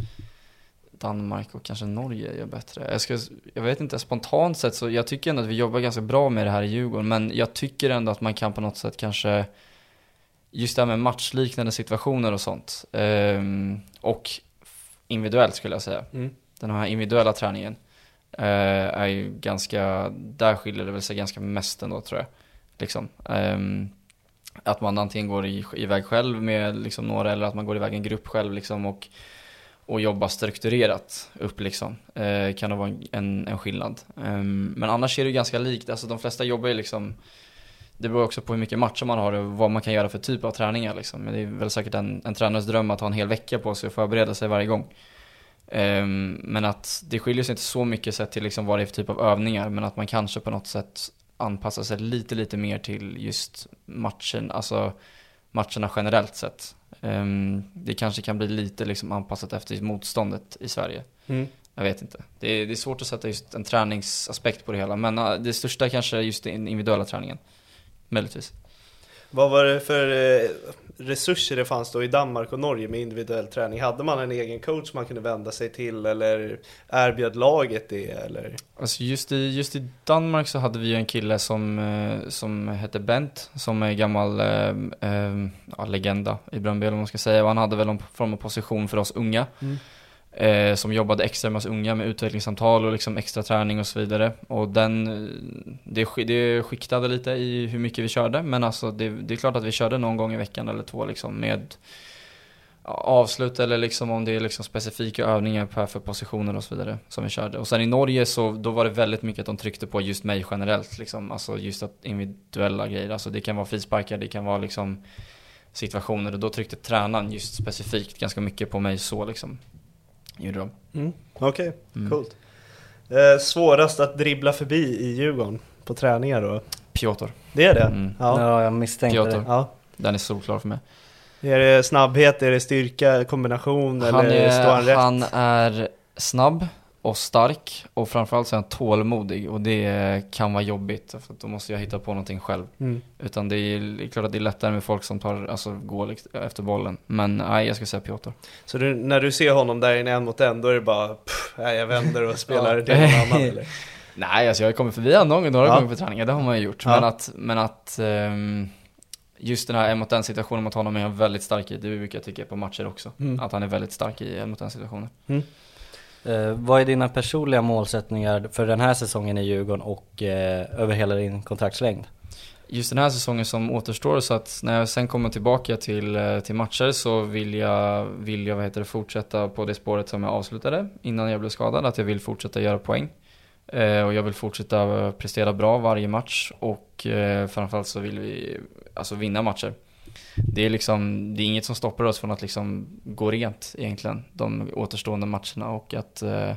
Danmark och kanske Norge gör bättre? Jag, ska, jag vet inte, spontant sett så jag tycker ändå att vi jobbar ganska bra med det här i Djurgården, men jag tycker ändå att man kan på något sätt kanske just det här med matchliknande situationer och sånt. Um, och individuellt skulle jag säga. Mm. Den här individuella träningen eh, är ju ganska, där skiljer det väl sig ganska mest ändå tror jag. Liksom. Um, att man antingen går i, iväg själv med liksom några, eller att man går iväg en grupp själv liksom, och, och jobbar strukturerat upp liksom. Eh, kan det vara en, en skillnad. Um, men annars är det ganska likt, alltså de flesta jobbar ju liksom, det beror också på hur mycket matcher man har och vad man kan göra för typ av träningar liksom. Men det är väl säkert en, en tränars dröm att ha en hel vecka på sig och förbereda sig varje gång. Um, men att det skiljer sig inte så mycket sett till liksom vad det är för typ av övningar, men att man kanske på något sätt anpassar sig lite lite mer till just matchen, alltså matcherna generellt sett. Um, det kanske kan bli lite liksom anpassat efter motståndet i Sverige. Mm. Jag vet inte. Det är, det är svårt att sätta just en träningsaspekt på det hela, men uh, det största är kanske just den individuella träningen. Möjligtvis. Vad var det för eh, resurser det fanns då i Danmark och Norge med individuell träning? Hade man en egen coach man kunde vända sig till, eller erbjöd laget det? Eller? Alltså just, i, just i Danmark så hade vi en kille som, eh, som hette Bent, som är gammal eh, eh, ja, legenda i Bröndby, eller vad man ska säga. Och han hade väl en form av position för oss unga. Mm. Eh, som jobbade extra med oss unga med utvecklingssamtal och liksom extra träning och så vidare. Och den, det, det skiktade lite i hur mycket vi körde, men alltså det, det är klart att vi körde någon gång i veckan eller två liksom med ja, avslut, eller liksom om det är liksom specifika övningar för, för positioner och så vidare som vi körde. Och sen i Norge så då var det väldigt mycket att de tryckte på just mig generellt liksom, alltså just att individuella grejer, alltså det kan vara frisparkar, det kan vara liksom situationer, och då tryckte tränaren just specifikt ganska mycket på mig så liksom. Mm. Okej, okay, mm. Coolt. Eh, svårast att dribbla förbi i Djurgården på träningar då? Piotr. Det är det? Mm. Ja. ja, jag misstänkte Piotr. det. Ja. Den är så klar för mig. Är det snabbhet, är det styrka, kombination, han eller är, står han rätt? Han är snabb och stark, och framförallt så är han tålmodig, och det kan vara jobbigt för då måste jag hitta på någonting själv. Mm. Utan det är, det är klart att det är lättare med folk som tar, alltså, går efter bollen. Men nej, jag ska säga Piotr. Så du, när du ser honom där inne en mot en, då är det bara pff, nej, jag vänder och spelar det någon annan, eller? Nej, alltså jag har kommit förbi honom några ja. gånger på träningar, det har man ju gjort. Ja. Men att, men att um, just den här en mot en situationen mot honom är han väldigt stark i. Det brukar jag tycka på matcher också. Mm. Att han är väldigt stark i en mot en situationer. Mm. Eh, vad är dina personliga målsättningar för den här säsongen i Djurgården och eh, över hela din kontraktslängd? Just den här säsongen som återstår, så att när jag sen kommer tillbaka till, till matcher så vill jag, vill jag vad heter det, fortsätta på det spåret som jag avslutade innan jag blev skadad. Att jag vill fortsätta göra poäng. Eh, och jag vill fortsätta prestera bra varje match, och eh, framförallt så vill vi alltså vinna matcher. Det är liksom, det är inget som stoppar oss från att liksom gå rent egentligen de återstående matcherna, och att eh,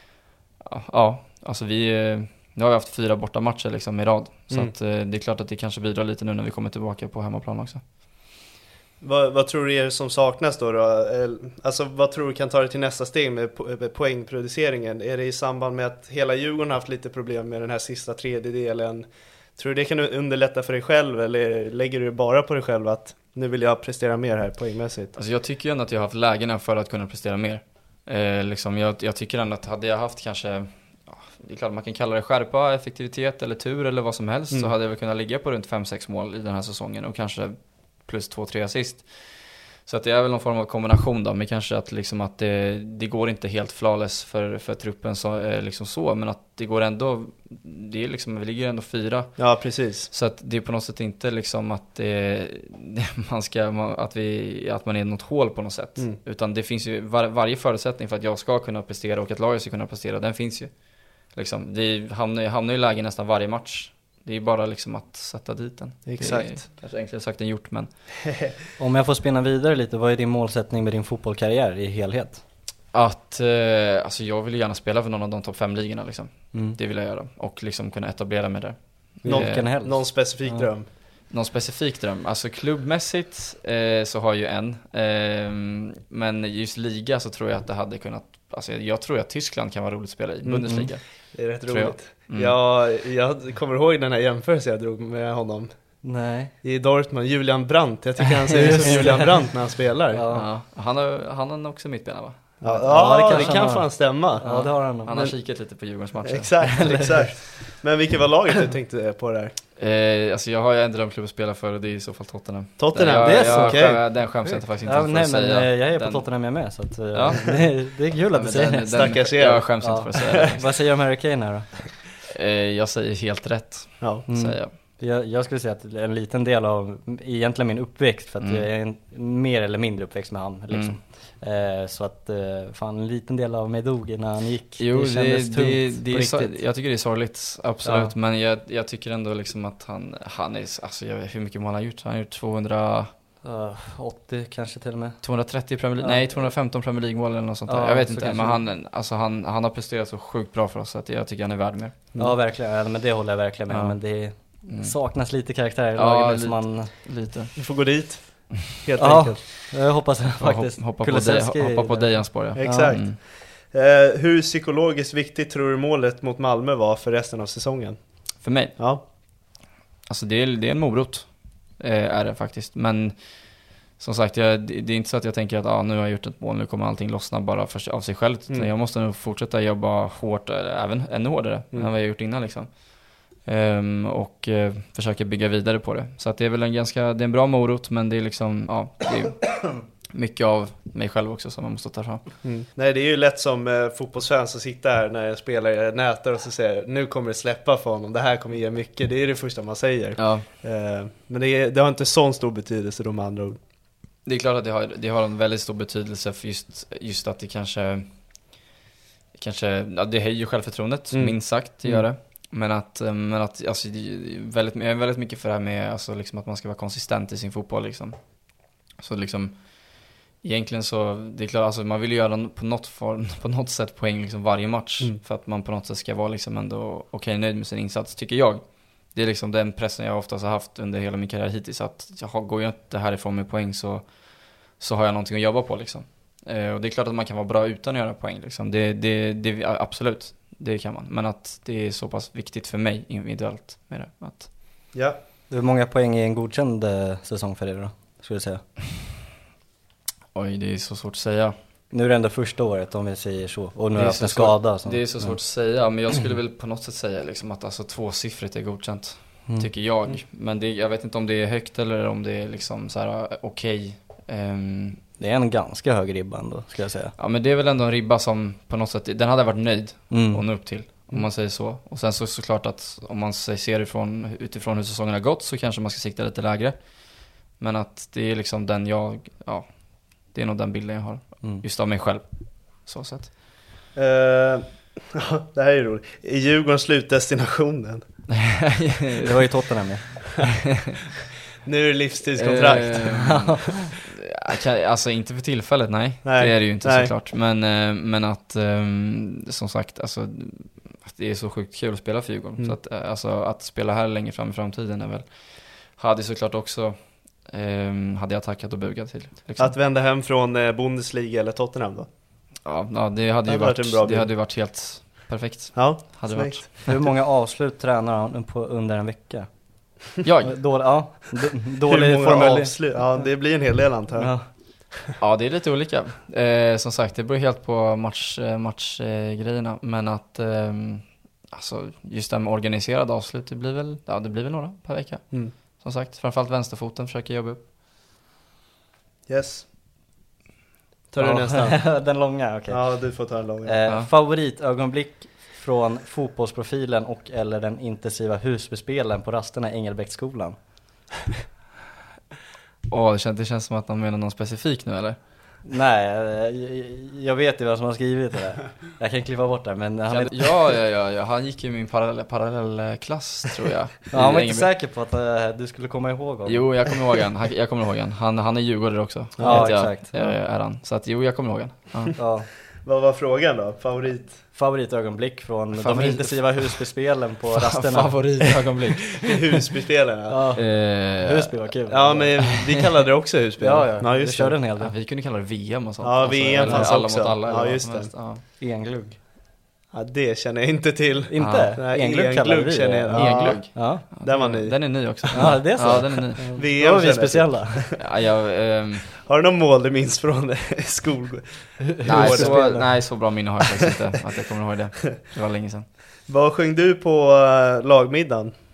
ja, alltså vi nu har vi haft fyra borta matcher liksom i rad, så mm. att eh, det är klart att det kanske bidrar lite nu när vi kommer tillbaka på hemmaplan också. Vad, vad tror du är som saknas då, då? Alltså vad tror du kan ta det till nästa steg med, po- med poängproduceringen? Är det i samband med att hela Djurgården har haft lite problem med den här sista tredjedelen? Tror du det kan underlätta för dig själv, eller lägger du det bara på dig själv att nu vill jag prestera mer här poängmässigt? Alltså jag tycker ju ändå att jag har haft lägena för att kunna prestera mer. Eh, liksom jag, jag tycker ändå att hade jag haft kanske, ja, det är klart man kan kalla det skärpa, effektivitet eller tur eller vad som helst, mm. så hade jag väl kunnat ligga på runt fem sex mål i den här säsongen, och kanske plus två tre assist. Så att det är väl någon form av kombination då, men kanske att, liksom att det, det går inte helt flawless för, för truppen så, eh, liksom så, men att det går ändå, det är liksom, vi ligger ändå fyra. Ja, precis. Så att det är på något sätt inte liksom att det, man ska, att, vi, att man är något hål på något sätt. Mm. Utan det finns ju var, varje förutsättning för att jag ska kunna prestera och att laget ska kunna prestera, den finns ju. Liksom, det hamnar, hamnar i läge nästan varje match. Det är bara liksom att sätta dit den. Exakt. Det är kanske enklare sagt än gjort, men om jag får spinna vidare lite, vad är din målsättning med din fotbollskarriär i helhet? Att, eh, alltså jag vill gärna spela för någon av de topp fem ligorna liksom. Mm. Det vill jag göra. Och liksom kunna etablera mig där. Någon, eh, någon specifik ja. dröm? Någon specifik dröm. Alltså klubbmässigt eh, så har jag ju en. Eh, men just liga så tror jag att det hade kunnat, alltså jag tror att Tyskland kan vara roligt att spela i. Mm. Bundesliga. Det är rätt tror roligt. Jag. Mm. Jag, jag kommer ihåg den här jämförelsen jag drog med honom. Nej. I Dortmund, Julian Brandt. Jag tycker han ser ut som Julian Brandt när han spelar. Ja. Ja. Han har han har också mittbena, va? Ja, ja, ja, det kan, det kan fan stämma. Ja, det har han. Han har men, kikat lite på Djurgårdens matcher. Exakt, exakt. Men vilket var laget du tänkte på där? Eh, alltså jag har ju en drömklubb att spela för och det är i så fall Tottenham. Tottenham, jag, det är så jag, okej. jag, Den skäms jag inte faktiskt inte Ja, för nej att men säga. eh, jag är på Den- Tottenham jag med så att, eh, Ja. det, är, det är kul att du men säger den, det. Stackars er. Jag skäms Ja. inte för att säga det. Vad säger du om Harry Kane här då? Eh, jag säger helt rätt, Ja. Mm. säger jag. Jag, jag skulle säga att det är en liten del av egentligen min uppväxt för att Mm. jag är en mer eller mindre uppväxt med han liksom. Eh, så att eh, fan en liten del av mig dog innan han gick. Jo, det, kändes det, tungt det, på det är så, riktigt. jag tycker det är sorgligt, absolut. Ja. Men jag, jag tycker ändå liksom att han, han är, alltså jag vet hur mycket mål han har gjort. Han har gjort tvåhundra, Uh, åttio kanske till och med. tvåhundratrettio Premier League, Ja. nej tvåhundrafemton Premier League-mål eller något sånt där. Ja, Jag vet så inte, kanske men det. han, alltså han, han har presterat så sjukt bra för oss så att jag tycker han är värd mer. Ja verkligen, ja, men det håller jag verkligen med Ja. Men det Mm. saknas lite karaktär i Ja, laget nu lite. som man... Lite. Du får gå dit. Helt Ja, enkelt. jag hoppas Ja, faktiskt. hopp- hoppa, på dig, Kulusevski- hoppa på Dejans spår, ja. Exakt. Mm. Eh, hur psykologiskt viktigt tror du målet mot Malmö var för resten av säsongen? För mig, Ja. alltså det är, det är en morot, eh, är det faktiskt. Men som sagt, jag, det, det är inte så att jag tänker att ah, nu har jag gjort ett mål, nu kommer allting lossna bara för, av sig själv. Mm. Jag måste nog fortsätta jobba hårt, eller även ännu hårdare Mm. än vad jag gjort innan liksom. Ehm, och eh, försöka bygga vidare på det. Så att det är väl en ganska, det är en bra morot, men det är liksom, ja, det är mycket av mig själv också som man måste ta fram. Mm. Nej, det är ju lätt som eh, fotbollsfans att sitta här när jag spelar nätar och så säger nu kommer det släppa för honom, det här kommer ge mycket. Det är det första man säger. Ja, Eh, men det, är, det har inte sån stor betydelse då med andra ord. det är klart att det har, det har en väldigt stor betydelse för just, just att det kanske, kanske ja, det höjer ju självförtroendet, Mm. minst sagt, det Mm. gör det. Men att, eh, men att alltså, det är väldigt, jag är väldigt mycket för det här med alltså, liksom, att man ska vara konsistent i sin fotboll liksom. Så liksom egentligen så, det är klart, alltså, man vill ju göra på något, form, på något sätt poäng liksom varje match. Mm. För att man på något sätt ska vara liksom ändå okej nöjd med sin insats, tycker jag. Det är liksom den pressen jag oftast har haft under hela min karriär hittills. Att jag har, går jag inte härifrån med poäng så, så har jag någonting att jobba på liksom. Eh, och det är klart att man kan vara bra utan att göra poäng liksom. Det, det, det, absolut, det kan man. Men att det är så pass viktigt för mig individuellt med det. Att, Ja. Hur många poäng är en godkänd eh, säsong för dig då, skulle jag säga? oj, det är så svårt att säga. Nu är det ändå första året om vi säger så. Och nu Det har är jag haft så en svårt- skada. Så. Det är så svårt att säga, men jag skulle väl på något sätt säga liksom att alltså tvåsiffrigt är godkänt, Mm. tycker jag. Men det, jag vet inte om det är högt eller om det är liksom så här okej. Ehm, Det är en ganska hög ribba ändå, skulle jag säga. ja, men det är väl ändå en ribba som på något sätt, den hade jag varit nöjd Mm. och nå upp till, om man säger så. Och sen så såklart att om man ser ifrån, utifrån hur säsongen har gått så kanske man ska sikta lite lägre. Men att det är liksom den jag, ja, det är nog den bilden jag har. Mm. Just av mig själv, så sett. Eh, ja, det här är roligt. Är Djurgården slutdestinationen? Det var ju Tottenham med. Nu är det livstidskontrakt. Ehm, jag kan- alltså inte för tillfället, nej. Nej, Det är det ju inte nej. såklart. Men, eh, men att, ehm, som sagt, alltså, att det är så sjukt kul att spela för Djurgården. Mm. Så att, eh, alltså, att spela här längre fram i framtiden är väl, hade såklart också, ehm, hade jag tackat och bugat till. Liksom. Att vända hem från eh, Bundesliga eller Tottenham då? Ja, ja, det hade ju Det hade varit varit, en bra det bild. hade ju varit helt perfekt. Ja, Hade det snyggt. Hur många avslut tränar han på under en vecka? Jag? Dålig, ja, d- Hur dålig många formel. avslut? Ja, det blir en hel del antar jag. Ja. Ja, det är lite olika. Eh, som sagt, det beror helt på match, eh, matchgrejerna. Men att, ehm, alltså, just det här med organiserad avslut, det blir väl, ja, det blir väl några per vecka. Mm. Som sagt, framförallt vänsterfoten försöker jobba upp. Yes. Tar du Ja, nästan? Den långa, okej. Ja, du får ta en lång. Eh, Ja. Favoritögonblick från fotbollsprofilen och eller den intensiva husbespelen på rasterna i Engelbrektsskolan? Åh, det känns, det känns som att man menar någon specifik nu, eller? Nej, eh, jag vet ju vad som har skrivit det där. Jag kan klippa bort det, men han, är, Ja, ja, ja, ja, han gick ju i min parallell, parallellklass, tror jag. ja, han var I inte Engelbrekt. säker på att eh, du skulle komma ihåg honom. Jo, jag kommer ihåg han. Han- Jag kommer ihåg han. Han, han är djurgårdare också. Ja, vet jag, exakt. eh, Är han. Så att, jo, jag kommer ihåg han. Ja. Ja. Vad var frågan då? Favorit? Favoritögonblick från de Favorit- intensiva husbespelen på rasterna. Favoritögonblick. Husbyspelarna? Ja. Ja, Eh, Husby var kul. Ja, men vi kallade det också husspel. ja, ja, ja du just körde det. en hel Ja, del. vi kunde kalla det V M och sånt. Ja, V M eller fanns alla också. mot alla. Ja, eller vad just som det. helst. Ja. Englugg. Ja, det känner jag inte till. Inte? Nej, Englugg kallade englugg vi känner det. jag. Ja. Englugg. Ja, Den var ny. Den är ny också. ja, det är så. Ja, den är ny. V Då M var vi känner jag speciella. Ja, jag, ehm, Har du någon mål du minns från skol? nej, så, spelen. nej, så bra minne har jag faktiskt inte att jag kommer ihåg det. Det var länge sedan. Vad sjöng du på uh, lagmiddagen?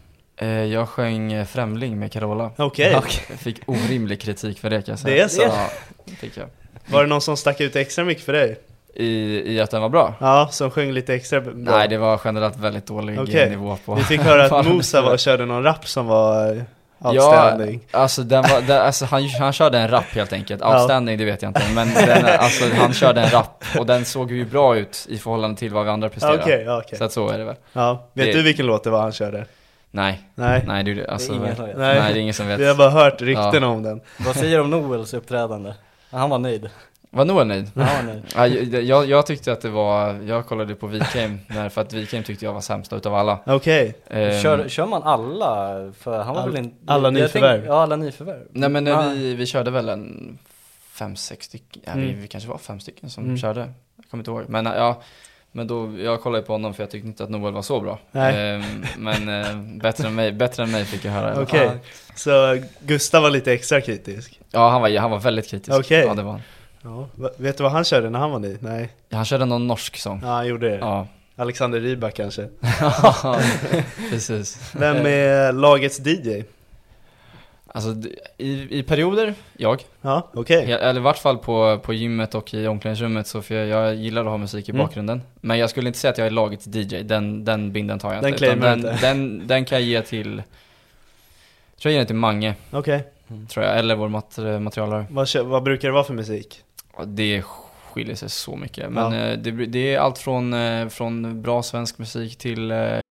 Eh, jag sjöng Främling med Carola. Okej. Okay. Jag fick orimlig kritik för det kan jag säga. Det är så? Ja, fick jag. Var det någon som stack ut extra mycket för dig? I, I att den var bra? Ja, som sjöng lite extra bra. Nej, det var generellt väldigt dålig okay. nivå på. Vi fick höra att Musa var, körde någon rap som var outstanding. Ja, alltså, den var, den, alltså han, han körde en rap helt enkelt. Outstanding, ja. Det vet jag inte. Men den, alltså, han körde en rap och den såg ju bra ut i förhållande till vad vi andra presterade. Okay, okay. Så att så är det väl. Ja. Vet det... du vilken låt det var han körde? Nej, nej, nej, du, alltså, det är nej. nej. nej, det är ingen som vet. Vi har bara hört rykten ja. om den. Vad säger du om Noels uppträdande? Han var nöjd. Var Noel nöjd? Ja, han var nöjd. Ja, jag, jag tyckte att det var, jag kollade på V-Cam där, för att V-Cam tyckte jag var sämsta utav alla. Okej. Okay. Um, kör, kör man alla? För han var all, väl inte... Alla nyförvärv? Ja, alla nyförvärv. Nej, men ah. vi, vi körde väl en fem, sex stycken. Ja, mm. vi, vi kanske var fem stycken som mm. körde. Jag kommer inte ihåg. Men ja... Men då, jag kollade på honom för jag tyckte inte att Noel var så bra. Eh, men eh, bättre, än mig, bättre än mig fick jag höra. Okej, okay. Så Gustav var lite extra kritisk? Ja, han var, han var väldigt kritisk. Okay. Ja, det var han. Ja. Vet du vad han körde när han var ny? Nej. Ja, han körde någon norsk sång. Ja, han gjorde det. Ja. Alexander Rybak kanske. Ja, precis. Vem är lagets D J? Alltså i, i perioder, jag. Ja, okej. Okay. Eller i vart fall på, på gymmet och i omklädningsrummet, så för jag, jag gillar att ha musik i mm. bakgrunden. Men jag skulle inte säga att jag är lagets D J, den, den binden tar jag den inte. Den, inte. Den, den kan jag ge till, tror jag ger den till Mange. Okej. Okay. Mm. Tror jag, eller vår mat, materialare. Vad, vad brukar det vara för musik? Ja, det skiljer sig så mycket. Men ja. det, det är allt från, från bra svensk musik till...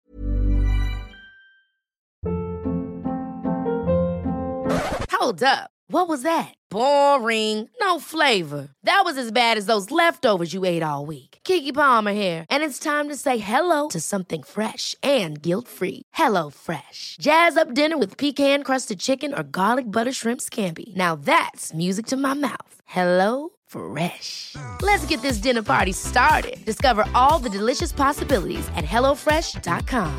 Hold up. What was that? Boring. No flavor. That was as bad as those leftovers you ate all week. Keke Palmer here, and it's time to say hello to something fresh and guilt-free. Hello Fresh. Jazz up dinner with pecan-crusted chicken or garlic butter shrimp scampi. Now that's music to my mouth. Hello Fresh. Let's get this dinner party started. Discover all the delicious possibilities at hello fresh dot com.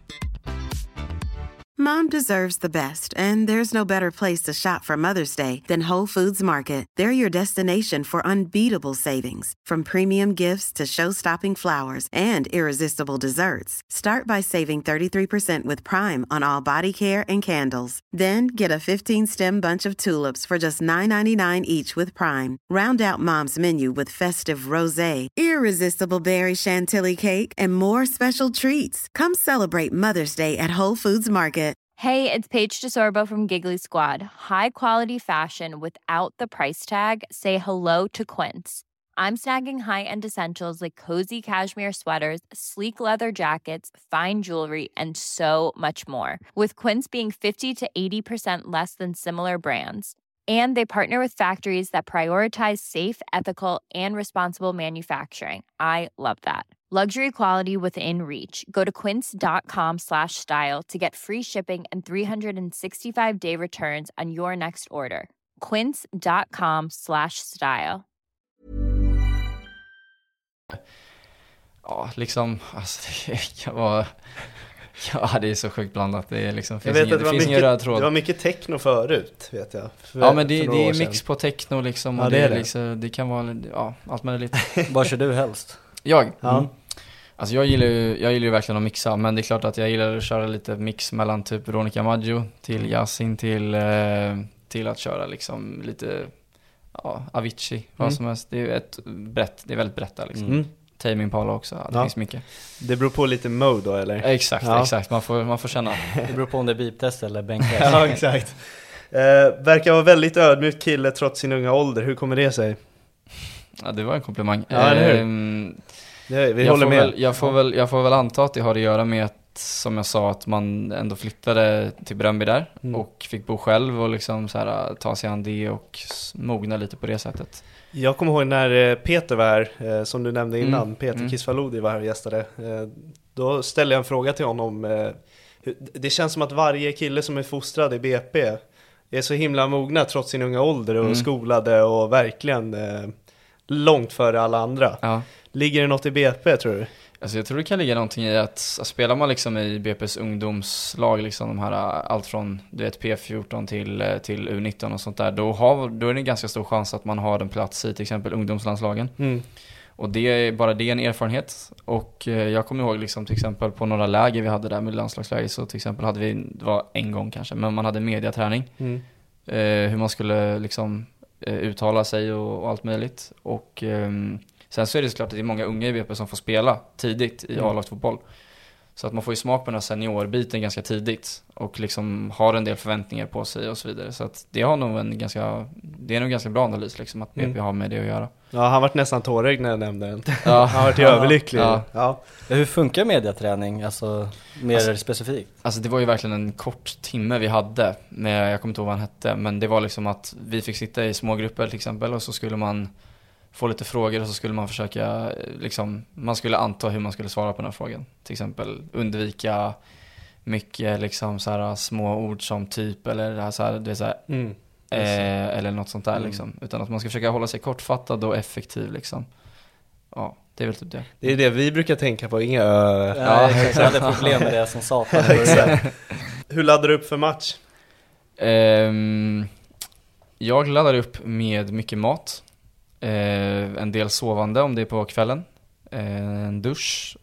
Mom deserves the best, and there's no better place to shop for Mother's Day than Whole Foods Market. They're your destination for unbeatable savings, from premium gifts to show-stopping flowers and irresistible desserts. Start by saving thirty-three percent with Prime on all body care and candles. Then get a fifteen-stem bunch of tulips for just nine ninety-nine each with Prime. Round out Mom's menu with festive rosé, irresistible berry chantilly cake, and more special treats. Come celebrate Mother's Day at Whole Foods Market. Hey, it's Paige DeSorbo from Giggly Squad. High quality fashion without the price tag. Say hello to Quince. I'm snagging high-end essentials like cozy cashmere sweaters, sleek leather jackets, fine jewelry, and so much more. With Quince being fifty to eighty percent less than similar brands. And they partner with factories that prioritize safe, ethical, and responsible manufacturing. I love that. Luxury quality within reach. Go to quince.com slash style to get free shipping and three sixty-five day returns on your next order. Quince.com slash style. Ja, liksom, alltså det kan vara... Ja, det är så sjukt blandat. Det är liksom, finns jag vet ingen, att det, var finns mycket, röd tråd. Det var mycket techno förut, vet jag. För, ja, men det, det är mix på techno liksom. Och ja, det, det, är är det. Liksom, det kan vara ja, allt möjligt. Vad kör du helst? Jag? Ja. Mm. Alltså jag gillar, ju, jag gillar ju verkligen att mixa. Men det är klart att jag gillar att köra lite mix mellan typ Veronica Maggio till Yasin till, eh, till att köra liksom lite ja, Avicii, mm. vad som helst. Det är ett brett, det är väldigt brett där liksom. Mm. Tame Impala också, ja, det ja. finns mycket. Det beror på lite mode då, eller? Exakt, ja. exakt. Man får, man får känna. Det beror på om det är beep-test eller bänkpress. Ja, exakt. Eh, verkar vara väldigt ödmjuk kille trots sin unga ålder. Hur kommer det sig? Ja, det var en komplimang. Ja, eller hur? Ehm, det, vi jag håller med. Väl, jag, får väl, jag får väl anta att det har att göra med att, som jag sa, att man ändå flyttade till Bröndby där mm. och fick bo själv och liksom så här, ta sig an det och mogna lite på det sättet. Jag kommer ihåg när Peter var här, som du nämnde innan, mm. Peter mm. Kisvalodi var här och gästade. Då ställde jag en fråga till honom. Det känns som att varje kille som är fostrad i B P är så himla mogna trots sin unga ålder och mm. skolade och verkligen långt före alla andra. Ja. Ligger det något i B P, tror du? Alltså jag tror det kan ligga någonting i att, att spelar man liksom i B P:s ungdomslag liksom de här, allt från du vet P fjorton till, till U nitton och sånt där, då, har, då är det en ganska stor chans att man har en plats i till exempel ungdomslandslagen. Mm. Och det är bara det är en erfarenhet. Och eh, jag kommer ihåg liksom, till exempel på några läger vi hade där med landslagsläger, så till exempel hade vi, det var en gång kanske, men man hade mediaträning. Mm. Eh, hur man skulle liksom eh, uttala sig och, och allt möjligt. Och eh, sen så är det såklart att det är många unga i B P som får spela tidigt i mm. A-lagsfotboll. Så att man får ju smak på den här seniorbiten ganska tidigt och liksom har en del förväntningar på sig och så vidare. Så att det har nog en ganska, det är nog ganska bra analys liksom, att B P mm. har med det att göra. Ja, han varit nästan tårögd när jag nämnde den. Ja. Han varit ju överlycklig. Ja. Ja. Hur funkar mediaträning, alltså mer alltså, specifikt? Alltså det var ju verkligen en kort timme vi hade med, jag kommer inte ihåg vad han hette, men det var liksom att vi fick sitta i små grupper till exempel, och så skulle man få lite frågor och så skulle man försöka liksom, man skulle anta hur man skulle svara på den här frågan. Till exempel undvika mycket liksom så här små ord som typ eller så här, det är så här, mm. eh, eller något sånt där mm. liksom, utan att man ska försöka hålla sig kortfattad och effektiv liksom. Ja, det är väl typ det. Det är det vi brukar tänka på, inga ö. Ja, jag hade problem med det som satan. Hur laddar du upp för match? Um, jag laddar upp med mycket mat. Eh, en del sovande om det är på kvällen, eh, en dusch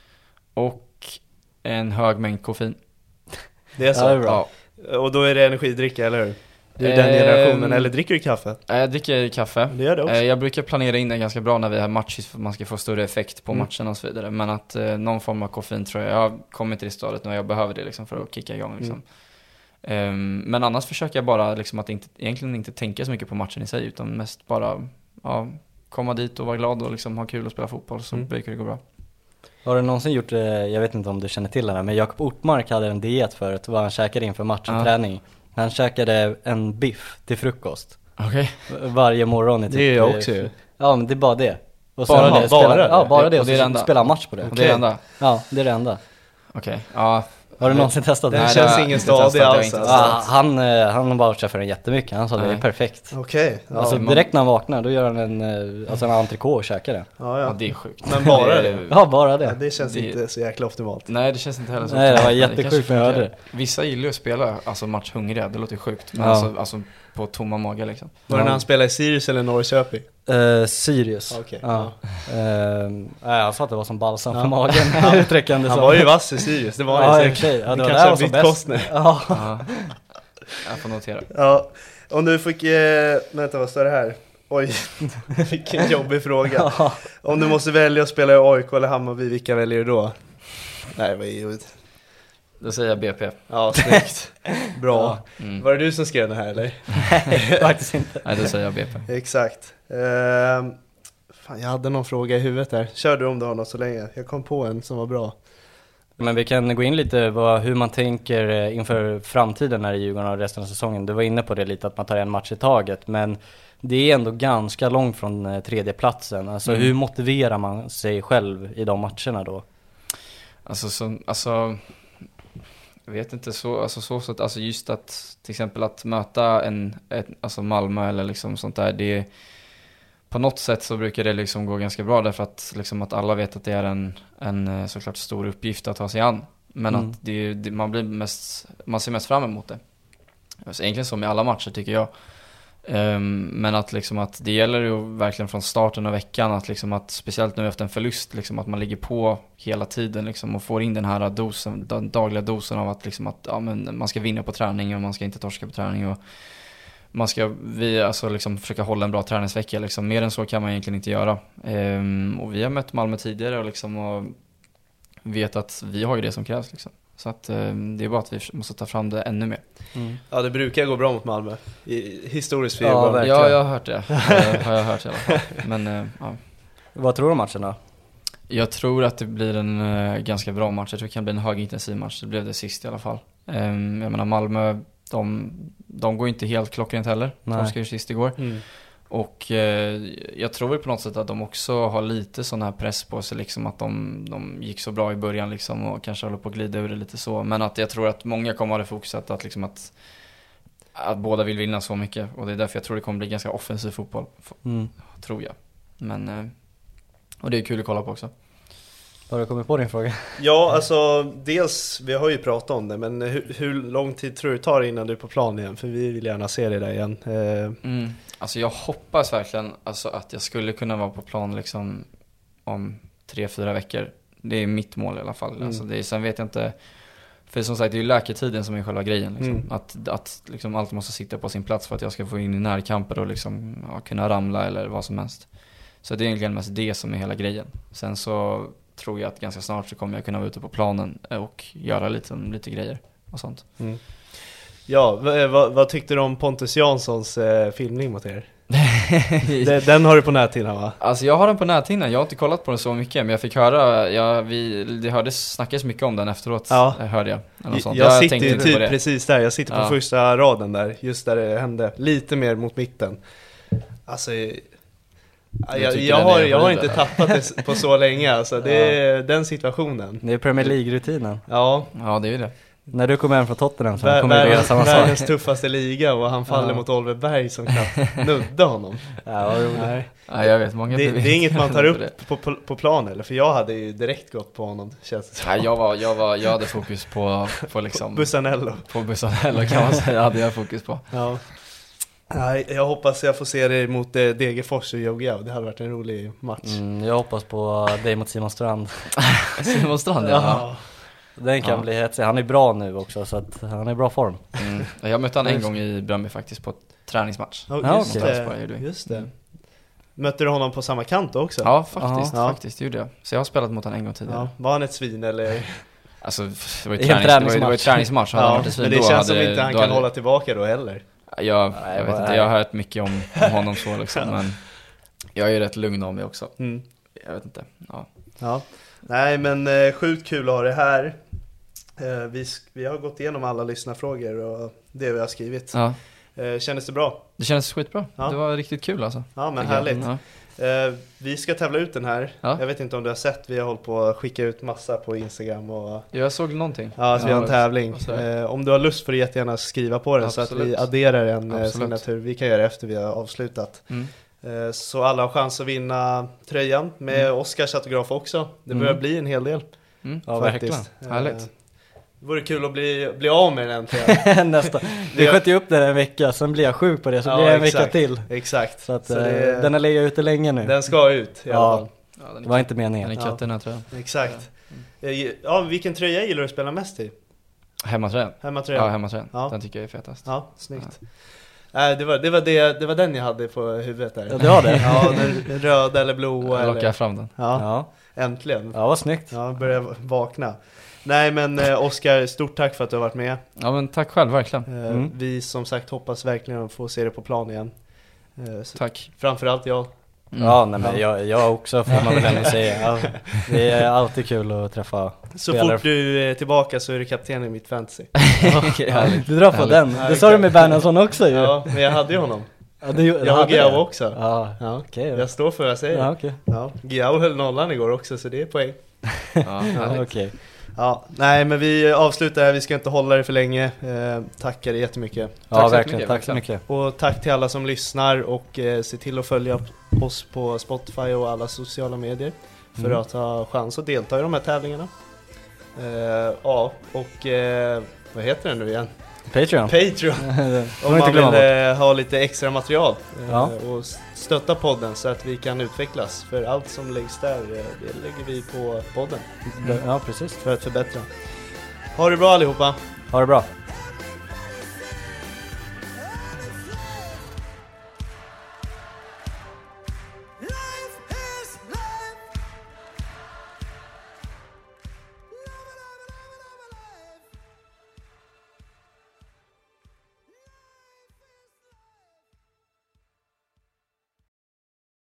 och en hög mängd koffein. Det är så? Ja, bra. Ja. Och då är det energidricka, eller hur? Du är eh, den generationen, eller dricker du kaffe? Jag dricker kaffe. Det gör det också. Eh, jag brukar planera in det ganska bra när vi har match, för att man ska få större effekt på mm. matchen och så vidare. Men att eh, någon form av koffein tror jag, jag har kommit till det stadiet när jag behöver det liksom, för att kicka igång liksom. Mm. Um, men annars försöker jag bara liksom, att inte, egentligen inte tänka så mycket på matchen i sig, utan mest bara ja, komma dit och vara glad och liksom ha kul och spela fotboll, så mm. brukar det gå bra. Har du någonsin gjort, jag vet inte om du känner till det här, men Jakob Ortmark hade en diet förut, vad han käkade inför match och ja. träning. Han käkade en biff till frukost. Okay. Varje morgon i typ. Det är jag också ju. Ja, men det är bara det. Och bara, det, det, spela, bara det? Ja, bara det. Och, och det är det enda. Spela match på det. Okay. Och det är det enda? Ja, det är det enda. Okej, okay. ja. Har du någonsin testat det? Det Nej, känns ingen stadig alls. Ja, han, han bara träffar den jättemycket. Han sa det är perfekt. Okej. Okay. Ja, alltså direkt när han vaknar, då gör han en, alltså en entrecote och käkar det. Ja, ja. Ja, det är sjukt. Men bara det? Ja, bara det. Ja, det känns det... inte så jäkla optimalt. Nej, det känns inte heller så. Nej, det var jättesjukt när jag hörde det. Vissa gillar att spela alltså match hungriga, det låter sjukt. Men ja. alltså, alltså på tomma magar liksom. Var det när han spelade i Sirius eller Norrköping? Uh, Sirius. Okay. Ja. Uh, nej, jag sa att det var som balsam ja. på magen. Han som. var ju vass i Sirius, det var ja, det okay. Ja, det var där var som bäst. Ja. Ja. Jag får notera. Ja. Om du fick, eh, vänta vad står det här? Oj, vilken jobbig fråga. Ja. Om du måste välja att spela i A I K eller Hammarby, vilka väljer du då? Nej, vad är det? Då säger jag B P. Ja, snyggt. Bra. Ja. Mm. Var det du som skrev det här, eller? Nej, faktiskt inte. Nej, då säger jag B P. Exakt. Uh, fan, jag hade någon fråga i huvudet där. Kör du om du har något så länge. Jag kom på en som var bra. Men vi kan gå in lite på hur man tänker inför framtiden när i Djurgården och resten av säsongen. Du var inne på det lite, att man tar en match i taget. Men det är ändå ganska långt från tredjeplatsen. Alltså mm. hur motiverar man sig själv i de matcherna då? Alltså, så, alltså jag vet inte så, alltså, så, så att, alltså just att till exempel att möta en, ett, alltså Malmö eller liksom sånt där, det på något sätt så brukar det liksom gå ganska bra, därför att liksom att alla vet att det är en, en såklart stor uppgift att ta sig an, men mm. att det, det, man blir mest, man ser mest fram emot det. Alltså egentligen så med alla matcher tycker jag. Um, men att liksom att det gäller ju verkligen från starten av veckan att liksom att speciellt nu efter en förlust liksom att man ligger på hela tiden liksom och får in den här dosen, den dagliga dosen av att liksom att ja, men man ska vinna på träning och man ska inte torska på träning och man ska vi alltså liksom försöka hålla en bra träningsvecka liksom. Mer än så kan man egentligen inte göra. Um, och vi har mött Malmö tidigare och liksom och vet att vi har ju det som krävs liksom. Så att eh, det är bara att vi måste ta fram det ännu mer. Mm. Ja, det brukar gå bra mot Malmö. I, historiskt för ja, verkligen. Ja, jag har hört det. uh, har jag hört i alla fall. Men, uh, ja. Vad tror du om matchen då? Jag tror att det blir en uh, ganska bra match. Jag tror det kan bli en högintensiv match. Det blev det sist i alla fall. Um, jag menar Malmö, de, de går inte helt klockrent heller. De ska ju sist igår. Mm. Och eh, jag tror på något sätt att de också har lite sån här press på sig liksom, att de, de gick så bra i början liksom, och kanske håller på att glida ur det lite så. Men att jag tror att många kommer att ha det fokuset att, liksom att, att båda vill vinna så mycket. Och det är därför jag tror det kommer bli ganska offensiv fotboll, mm. tror jag. Men, eh, och det är kul att kolla på också. Har du kommit på din fråga? Ja, alltså dels, vi har ju pratat om det, men hur, hur lång tid tror du det tar innan du är på plan igen? För vi vill gärna se det där igen. Eh. Mm. Alltså jag hoppas verkligen alltså, att jag skulle kunna vara på plan liksom om tre, fyra veckor. Det är mitt mål i alla fall. Mm. Alltså det är, sen vet jag inte, för som sagt det är ju läketiden som är själva grejen. Liksom. Mm. Att, att liksom allt måste sitta på sin plats för att jag ska få in i närkamper och liksom, ja, kunna ramla eller vad som helst. Så det är egentligen mest det som är hela grejen. Sen så tror jag att ganska snart så kommer jag kunna vara ute på planen och göra lite, lite grejer och sånt. Mm. Ja, v- v- vad tyckte du om Pontus Janssons eh, filmning mot er? den, den har du på näthinnan, va? Alltså jag har den på näthinnan, jag har inte kollat på den så mycket, men jag fick höra, jag, vi, det hördes, snackades mycket om den efteråt, ja. hörde jag. Eller sånt. Jag, jag jag sitter ju typ precis där, jag sitter på ja. första raden där, just där det hände, lite mer mot mitten. Alltså, jag, jag, jag, har, jag har inte tappat det på så länge, alltså, det är ja. den situationen. Det är Premier League-rutinen. Ja. Ja, det är ju det. När du kommer hem från Tottenham så Vär, kommer du göra samma sak. Världens tuffaste liga och han faller ja. mot Oliver Berg som knappt nudde honom. Ja, nej. Ja, jag vet, många det, det är inget man tar upp på, på, på plan, eller? För jag hade ju direkt gått på honom, känns det. Nej, jag, var, jag, var, jag hade fokus på, på liksom... Bussanello. På Bussanello kan man säga, hade jag fokus på. Ja. Nej, jag hoppas jag får se dig mot eh, Degerfors och Jogga. Det hade varit en rolig match. Mm, jag hoppas på dig mot Simon Strand. Simon Strand, ja. ja. Den kan ja. bli hetsig. Han är bra nu också, så att han är i bra form. Mm. Jag mötte han en gång i Bröndby faktiskt på ett träningsmatch. Ja, just, ja, okay. det. just det. Mötte du honom på samma kant också? Ja, faktiskt. Ja. faktiskt gjorde jag. Så jag har spelat mot honom en gång tidigare. Ja. Var han ett svin eller? Alltså, det var ju tränings, träningsmatch. Det var ju träningsmatch. Ja, men det då känns som hade, inte han kan hade... hålla tillbaka då heller. Jag, Nej, jag vet inte, jag har hört mycket om, om honom så liksom, men jag är ju rätt lugn av mig också. Mm. Jag vet inte. Ja. Ja. Nej, men eh, sjukt kul att ha det här. Eh, vi, vi har gått igenom alla lyssnarfrågor och det vi har skrivit. Ja. Eh, kändes det bra? Det kändes skitbra. Ja. Det var riktigt kul alltså. Ja, men härligt. Ja. Eh, vi ska tävla ut den här. Ja. Jag vet inte om du har sett, vi har hållit på att skicka ut massa på Instagram och... Jag såg någonting. Ja, så ja, vi har en tävling. Eh, om du har lust får du jättegärna skriva på den. Absolut. Så att vi adderar en Absolut. signatur. Vi kan göra det efter vi har avslutat. Mm. Eh, så alla har chans att vinna tröjan med mm. Oskars autograf också. Det börjar mm. bli en hel del. Mm. Ja, verkligen. Härligt. Eh, det vore kul att bli, bli av med den äntligen. Nästa. Vi sköt ju upp den en vecka, sen blir jag sjuk på det, så ja, blir jag en exakt, vecka till. Exakt. Så att så det, den har legat ute länge nu. Den ska ut i ja. alla fall. Ja, det var inte meningen. Den är katten här, tror jag. Exakt. Ja. ja, vilken tröja gillar du att spela mest i? Hemmatröjan. Hemmatröjan. Ja, hemmatröjan. Ja. Den tycker jag är fetast. Ja, snyggt. Ja. Nej, det var, det, var det, det var den jag hade på huvudet där. Ja, det var det. Ja, den röda eller blåa. Jag lockar fram den. Ja, ja, äntligen. Ja, vad snyggt. Ja, börjar vakna. Nej, men eh, Oskar, stort tack för att du har varit med. Ja, men tack själv, verkligen. Eh, mm. Vi som sagt hoppas verkligen få se det på plan igen. Eh, tack. Framförallt jag. Mm. Ja, nej, men jag, jag också får man väl ändå säga. Ja, det är alltid kul att träffa Så spelare. Fort du är tillbaka så är du kapten i mitt fantasy. Ja, du drar på den. Det sa du med Bernhardsson också ju. Ja, men jag hade ju honom. Ja, det, jag har Giao också. Ja, ja. Okay, jag står för vad jag säger. Ja, okay. Ja, Giao höll nollan igår också, så det är poäng. Ja, ja, okay. Ja, nej, men vi avslutar här, vi ska inte hålla det för länge. eh, Tackar jättemycket. Ja, tack verkligen, mycket, tack så mycket. Och tack till alla som lyssnar. Och eh, se till att följa oss på Spotify och alla sociala medier för mm. att ha chans att delta i de här tävlingarna. eh, Ja, och eh, vad heter det nu igen? Patreon. Patreon. Om man vill eh, ha lite extra material eh, ja. och stötta podden så att vi kan utvecklas. För allt som läggs där, eh, det lägger vi på podden. Mm. Ja, precis. För att förbättra. Ha det bra allihopa. Ha det bra.